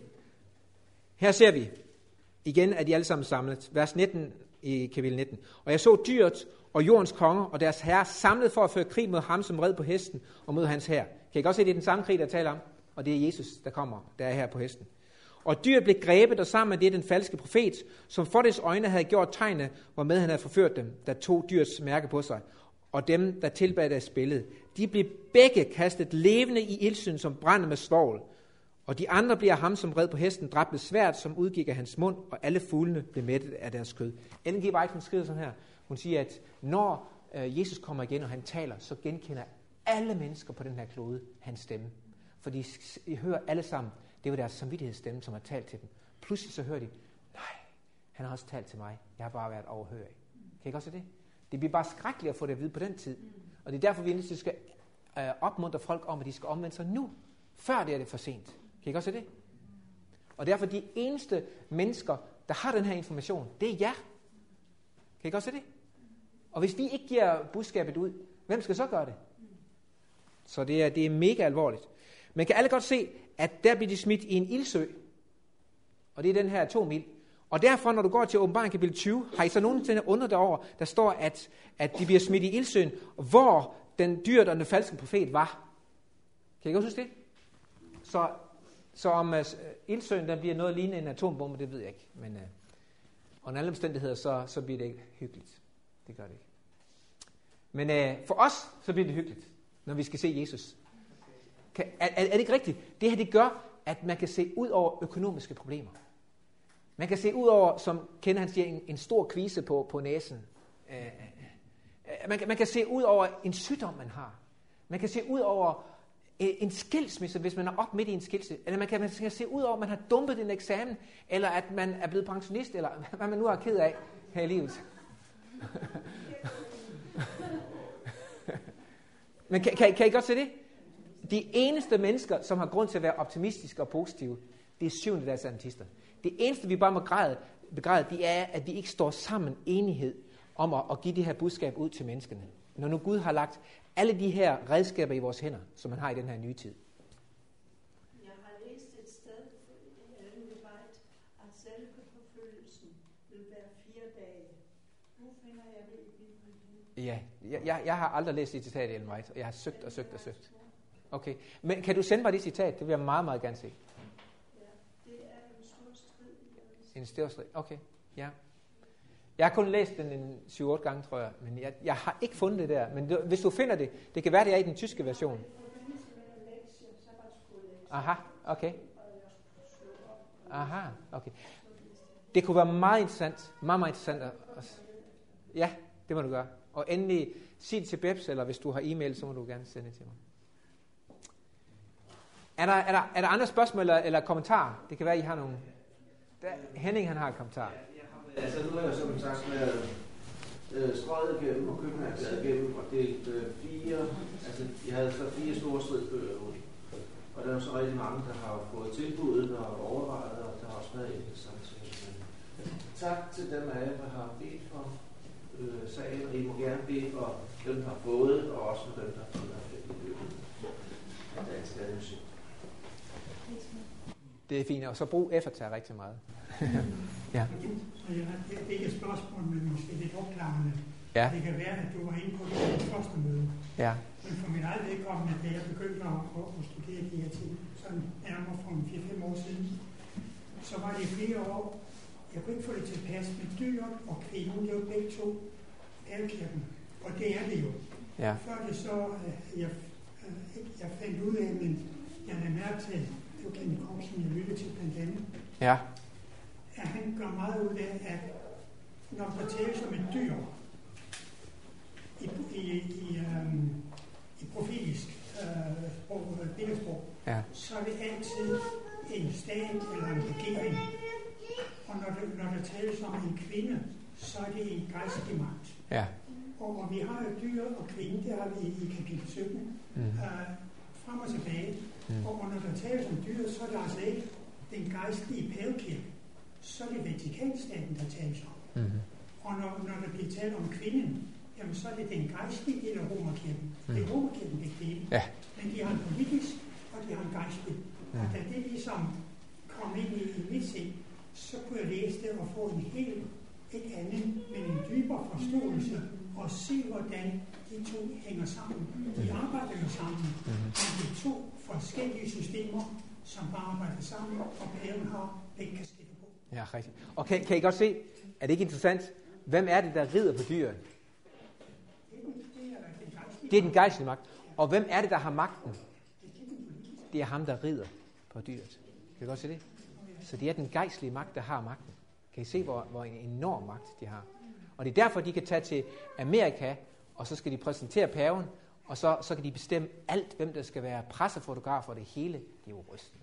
Her ser vi igen, at de alle sammen samlet. Vers nitten i kapitel nitten. Og jeg så dyret og jordens konger og deres herre samlet for at føre krig mod ham, som red på hesten og mod hans hær. Kan I godt se, det er den samme krig, der taler om? Og det er Jesus, der kommer, der er her på hesten. Og dyret blev grebet, og sammen med det den falske profet, som for dets øjne havde gjort tegne, hvormed han havde forført dem, der tog dyrets mærke på sig. Og dem, der tilbad deres billede, de blev begge kastet levende i ildsyn, som brænder med svovl. Og de andre bliver ham, som red på hesten, dræbt med sværd, som udgik af hans mund, og alle fuglene blev mættet af deres kød. Ellen G. White, hun skriver sådan her. Hun siger, at når øh, Jesus kommer igen, og han taler, så genkender alle mennesker på den her klode hans stemme. For de I hører alle sammen, det var deres samvittighedsstemme, som har talt til dem. Pludselig så hører de, nej, han har også talt til mig. Jeg har bare været overhørig. Kan I godt se det? Det bliver bare skrækkeligt at få det at vide på den tid. Og det er derfor, vi endelig skal øh, opmuntre folk om, at de skal omvende sig nu, før det er det for sent. Kan I godt se det? Og derfor de eneste mennesker, der har den her information, det er jer. Kan I godt se det? Og hvis vi ikke giver budskabet ud, hvem skal så gøre det? Så det er, det er mega alvorligt. Man kan alle godt se, at der bliver de smidt i en ildsø. Og det er den her atomild. Og derfor, når du går til Åbenbaring kapitel tyve, har I så nogensinde undret derover, der står, at, at de bliver smidt i ildsøen, hvor den dyret og den falske profet var. Kan I godt huske det? Så, så om uh, ildsøen der bliver noget lignende en atombombe, det ved jeg ikke. Men uh, under alle omstændigheder, så, så bliver det ikke hyggeligt. Det gør det ikke. Men uh, for os, så bliver det hyggeligt, når vi skal se Jesus. Kan, er, er det ikke rigtigt? Det her, det gør, at man kan se ud over økonomiske problemer. Man kan se ud over, som Ken han siger, en, en stor kvise på, på næsen. Uh, uh, man, man kan se ud over en sygdom, man har. Man kan se ud over en skilsmisse, hvis man er op midt i en skilsmisse. Eller man kan, man kan se ud over, at man har dumpet en eksamen, eller at man er blevet pensionist, eller hvad man nu er ked af her i livet. Men kan, kan, kan I godt se det? De eneste mennesker, som har grund til at være optimistiske og positive, det er syvende dags adventister. Det eneste, vi bare må græde, begræde, det er, at vi ikke står sammen enighed om at, at give det her budskab ud til menneskene. Når nu Gud har lagt alle de her redskaber i vores hænder, som man har i den her nye tid. Jeg har læst et sted, Ellen G. White, at selve forfølgelsen vil være fire dage. Nu finder jeg det i Bibelen. Ja, jeg, jeg, jeg har aldrig læst det citat i Ellen White, og jeg har søgt og søgt og søgt. Okay, men kan du sende mig det citat? Det vil jeg meget, meget gerne se. Ja, det er en stor strid. En stor strid, okay, ja. Jeg har kun læst den en syv otte gange, tror jeg, men jeg, jeg har ikke fundet det der. Men det, hvis du finder det, det kan være, det er i den tyske version. Aha, okay. Aha, okay. Det kunne være meget interessant, meget, meget interessant. At, at, ja, det må du gøre. Og endelig, sig det til Bebs, eller hvis du har e-mail, så må du gerne sende det til mig. Er der, er der, er der andre spørgsmål eller, eller kommentarer? Det kan være, I har nogle. Der, Henning, han har en kommentar. Altså nu er jeg så kontakt med øh, strøget igennem og køkkenværket igennem og delt øh, fire, altså jeg havde så fire store stridbøger ud. Og der er jo så rigtig mange, der har fået tilbuddet og overvejet, og der har også været interessant. Tak til dem af jer, der har bedt for øh, sagen, og I må gerne bede for dem, der har fået, og også for dem, der har fået i løbet af dansk administration. Det er fint, og så brug eftertag rigtig meget. Ja. Det er ikke et spørgsmål, men måske lidt opklarende. Ja. Det kan være, at du var inde på det første møde. Ja. Men for min eget vedkommende, da jeg begyndte at, at studere de her ting, sådan nærmere for fire fem år siden, så var det flere år. Jeg kunne ikke få det til at passe med dyr og kvinden, det er jo begge to pavekirken. Og det er det jo. Ja. Før det så, jeg, jeg fandt ud af, men jeg lagde mærke til, det var Kenneth Korsen, jeg lyttede til blandt andet. Ja. At han gør meget ud af, at når der tales om et dyr, i, i, i, um, i profetisk uh, sprog, billedsprog, ja. så er det altid en stat eller en regering. Og når, det, når der tales om en kvinde, så er det en gejstlig magt. Ja. Og, og vi har jo dyr og kvinde, det har vi i kapitel sytten, mm. uh, frem og tilbage. Mm. Og, og når der tales om dyr, så er det altså ikke den gejstlige pavekirke. Så er det Vatikanstaten, der tales om. Mm. Og når, når der bliver talt om kvinden, jamen så er det den gejstlige del af Romerkirken. Mm. Det er Romerkirken, det er det. Ja. Men de har en politisk, og de har en gejstlig. Mm. Og da det ligesom kom ind i, i mit sind, så kunne jeg læse det og få en helt, ikke andet, men en dybere forståelse, og se, hvordan de to hænger sammen. De arbejder jo sammen, mm. men det er to forskellige systemer, som bare arbejder sammen, og paven har begge kasketter på. Ja, rigtigt. Og kan, kan I godt se, er det ikke interessant, hvem er det, der rider på dyret? Det er den gejstlige magt. Og hvem er det, der har magten? Det er ham, der rider på dyret. Kan I godt se det? Så det er den gejstlige magt, der har magten. Kan I se, hvor, hvor en enorm magt de har? Og det er derfor, de kan tage til Amerika, og så skal de præsentere paven, og så, så kan de bestemme alt, hvem der skal være pressefotografer, og det hele. Det er jo rystende.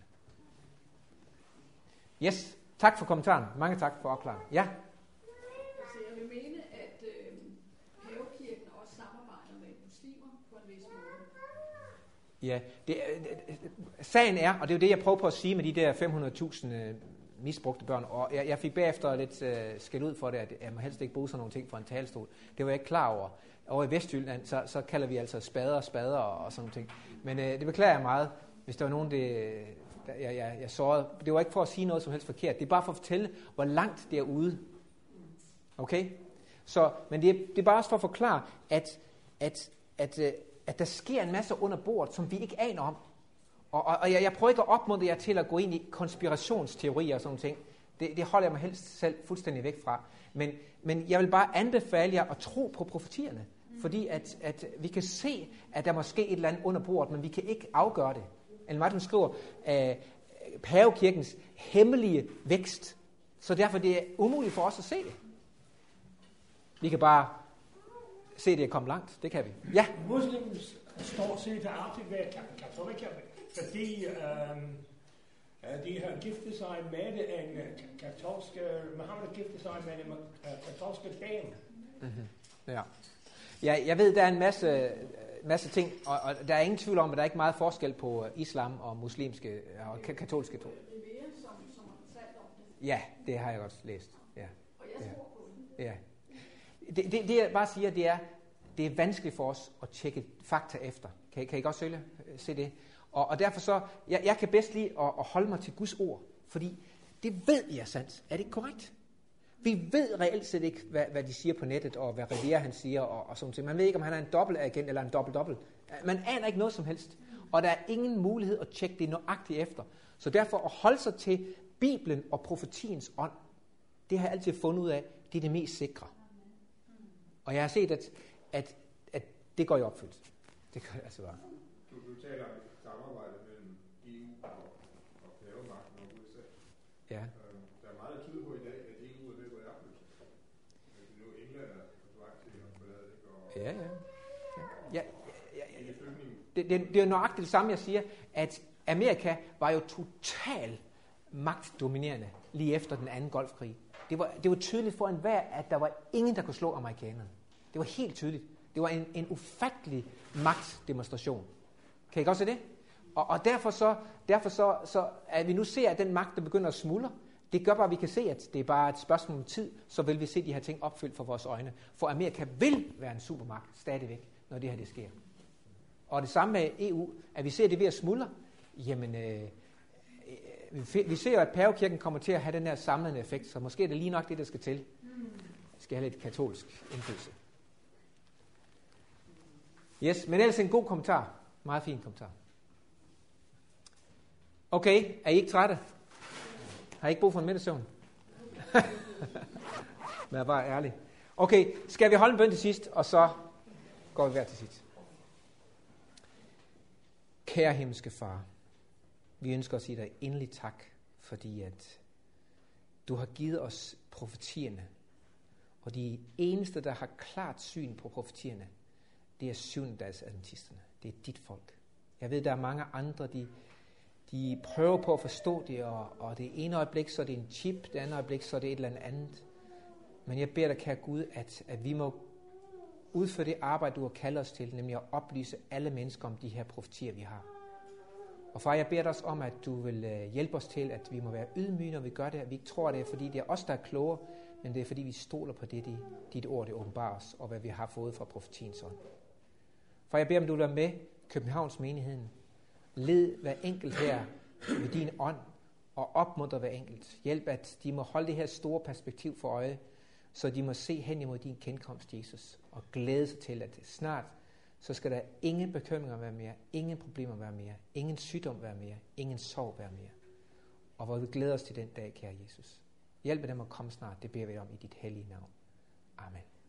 Yes, tak for kommentaren. Mange tak for opklaringen. Ja? Altså, jeg vil mene, at øh, pavekirken også samarbejder med muslimer på en vis måde. Ja, det, sagen er, og det er jo det, jeg prøver på at sige med de der fem hundrede tusind øh, misbrugte børn, og jeg, jeg fik bagefter lidt øh, skæld ud for det, at jeg må helst ikke bruge sådan nogle ting fra en talestol. Det var jeg ikke klar over. Over i Vestjylland, så, så kalder vi altså spader og spader og, og sådan nogle ting. Men øh, det beklager jeg meget, hvis der var nogen, det, der, jeg, jeg, jeg sårede. Det var ikke for at sige noget som helst forkert. Det er bare for at fortælle, hvor langt det er ude. Okay? Så, men det er, det er bare også for at forklare, at, at, at, at, at der sker en masse under bordet, som vi ikke aner om. Og, og, og jeg, jeg prøver ikke at opmuntre jer til at gå ind i konspirationsteorier og sådan ting. Det, det holder jeg mig helst selv fuldstændig væk fra. Men, men jeg vil bare anbefale jer at tro på profetierne. Fordi at, at vi kan se, at der måske et eller andet under bordet, men vi kan ikke afgøre det. Ellen White, hun skriver uh, pavekirkens hemmelige vækst. Så derfor det er umuligt for os at se det. Vi kan bare se det er kommet langt. Det kan vi. Ja. Muslims står set til altid være katolikker, fordi øhm, de har giftet sig med en katolske, Mohammed har giftet sig med en katolske dame. Mm-hmm. Ja. Ja, jeg ved, der er en masse, masse ting, og, og der er ingen tvivl om, at der er ikke meget forskel på islam og muslimske og katolske tro. Ja, det har jeg godt læst. Ja. Og jeg tror på det. Ja. Det, det, det jeg bare siger, det er, det er vanskeligt for os at tjekke fakta efter. Kan, kan I godt se, se det? Og, og derfor så, jeg, jeg kan bedst lide at, at holde mig til Guds ord, fordi det ved jeg sandt. Er det ikke korrekt? Vi ved reelt set ikke, hvad, hvad de siger på nettet, og hvad Rivera han siger, og, og sådan noget. Man ved ikke, om han er en dobbeltagent eller en dobbelt-dobbelt. Man aner ikke noget som helst. Og der er ingen mulighed at tjekke det nøjagtigt efter. Så derfor at holde sig til Bibelen og profetiens ånd, det har jeg altid fundet ud af, det er det mest sikre. Og jeg har set, at, at, at det går i opfyldelse. Det gør det altså bare. Du, du taler om samarbejde mellem E U og, og pavemagten og U S A. Ja. Øh, der er meget tid på i dag, at E U er ved at være opløst. Nu England er på vej til at forlade det. Og ja, ja. ja. ja, ja, ja. Det, det, det er jo nøjagtigt det samme, jeg siger, at Amerika var jo totalt magtdominerende lige efter den anden golfkrig. Det var, det var tydeligt for enhver, at der var ingen, der kunne slå amerikanerne. Det var helt tydeligt. Det var en, en ufattelig magtdemonstration. Kan I godt se det? Og, og derfor, så, derfor så, så, at vi nu ser, at den magt, der begynder at smuldre, det gør bare, at vi kan se, at det er bare et spørgsmål om tid, så vil vi se de her ting opfyldt for vores øjne. For Amerika vil være en supermagt stadigvæk, når det her det sker. Og det samme med E U, at vi ser det ved at smuldre. Jamen, øh, vi, vi ser jo, at pavekirken kommer til at have den her samlende effekt, så måske er det lige nok det, der skal til. Vi skal have lidt katolsk indflydelse. Yes, men ellers en god kommentar. Meget fin kommentar. Okay, er I ikke trætte? Har I ikke brug for en middagssøvn? Men jeg er bare ærlig. Okay, skal vi holde en bøn til sidst, og så går vi hver til sidst. Kære himmelske far, vi ønsker at sige dig endelig tak, fordi at du har givet os profetierne, og de eneste, der har klart syn på profetierne, det er syvendedagsadventisterne. Det er dit folk. Jeg ved, der er mange andre, de, de prøver på at forstå det, og, og det ene øjeblik, så er det en chip, det andet øjeblik, så er det et eller andet. Men jeg beder dig, kære Gud, at, at vi må udføre det arbejde, du har kaldt os til, nemlig at oplyse alle mennesker om de her profetier, vi har. Og far, jeg beder dig også om, at du vil hjælpe os til, at vi må være ydmyge, når vi gør det, at vi ikke tror, det er, fordi det er os, der er klogere, men det er, fordi vi stoler på det, dit ord, det åbenbarer os, og hvad vi har fået fra profetiens ånd. For jeg beder om, du vil være med Københavns menigheden. Led hver enkelt her med din ånd, og opmuntre hver enkelt. Hjælp, at de må holde det her store perspektiv for øje, så de må se hen imod din kenkomst, Jesus, og glæde sig til, at snart, så skal der ingen bekymringer være mere, ingen problemer være mere, ingen sygdom være mere, ingen sorg være mere. Og hvor vi glæder os til den dag, kære Jesus. Hjælp dem at komme snart, det beder vi om i dit hellige navn. Amen.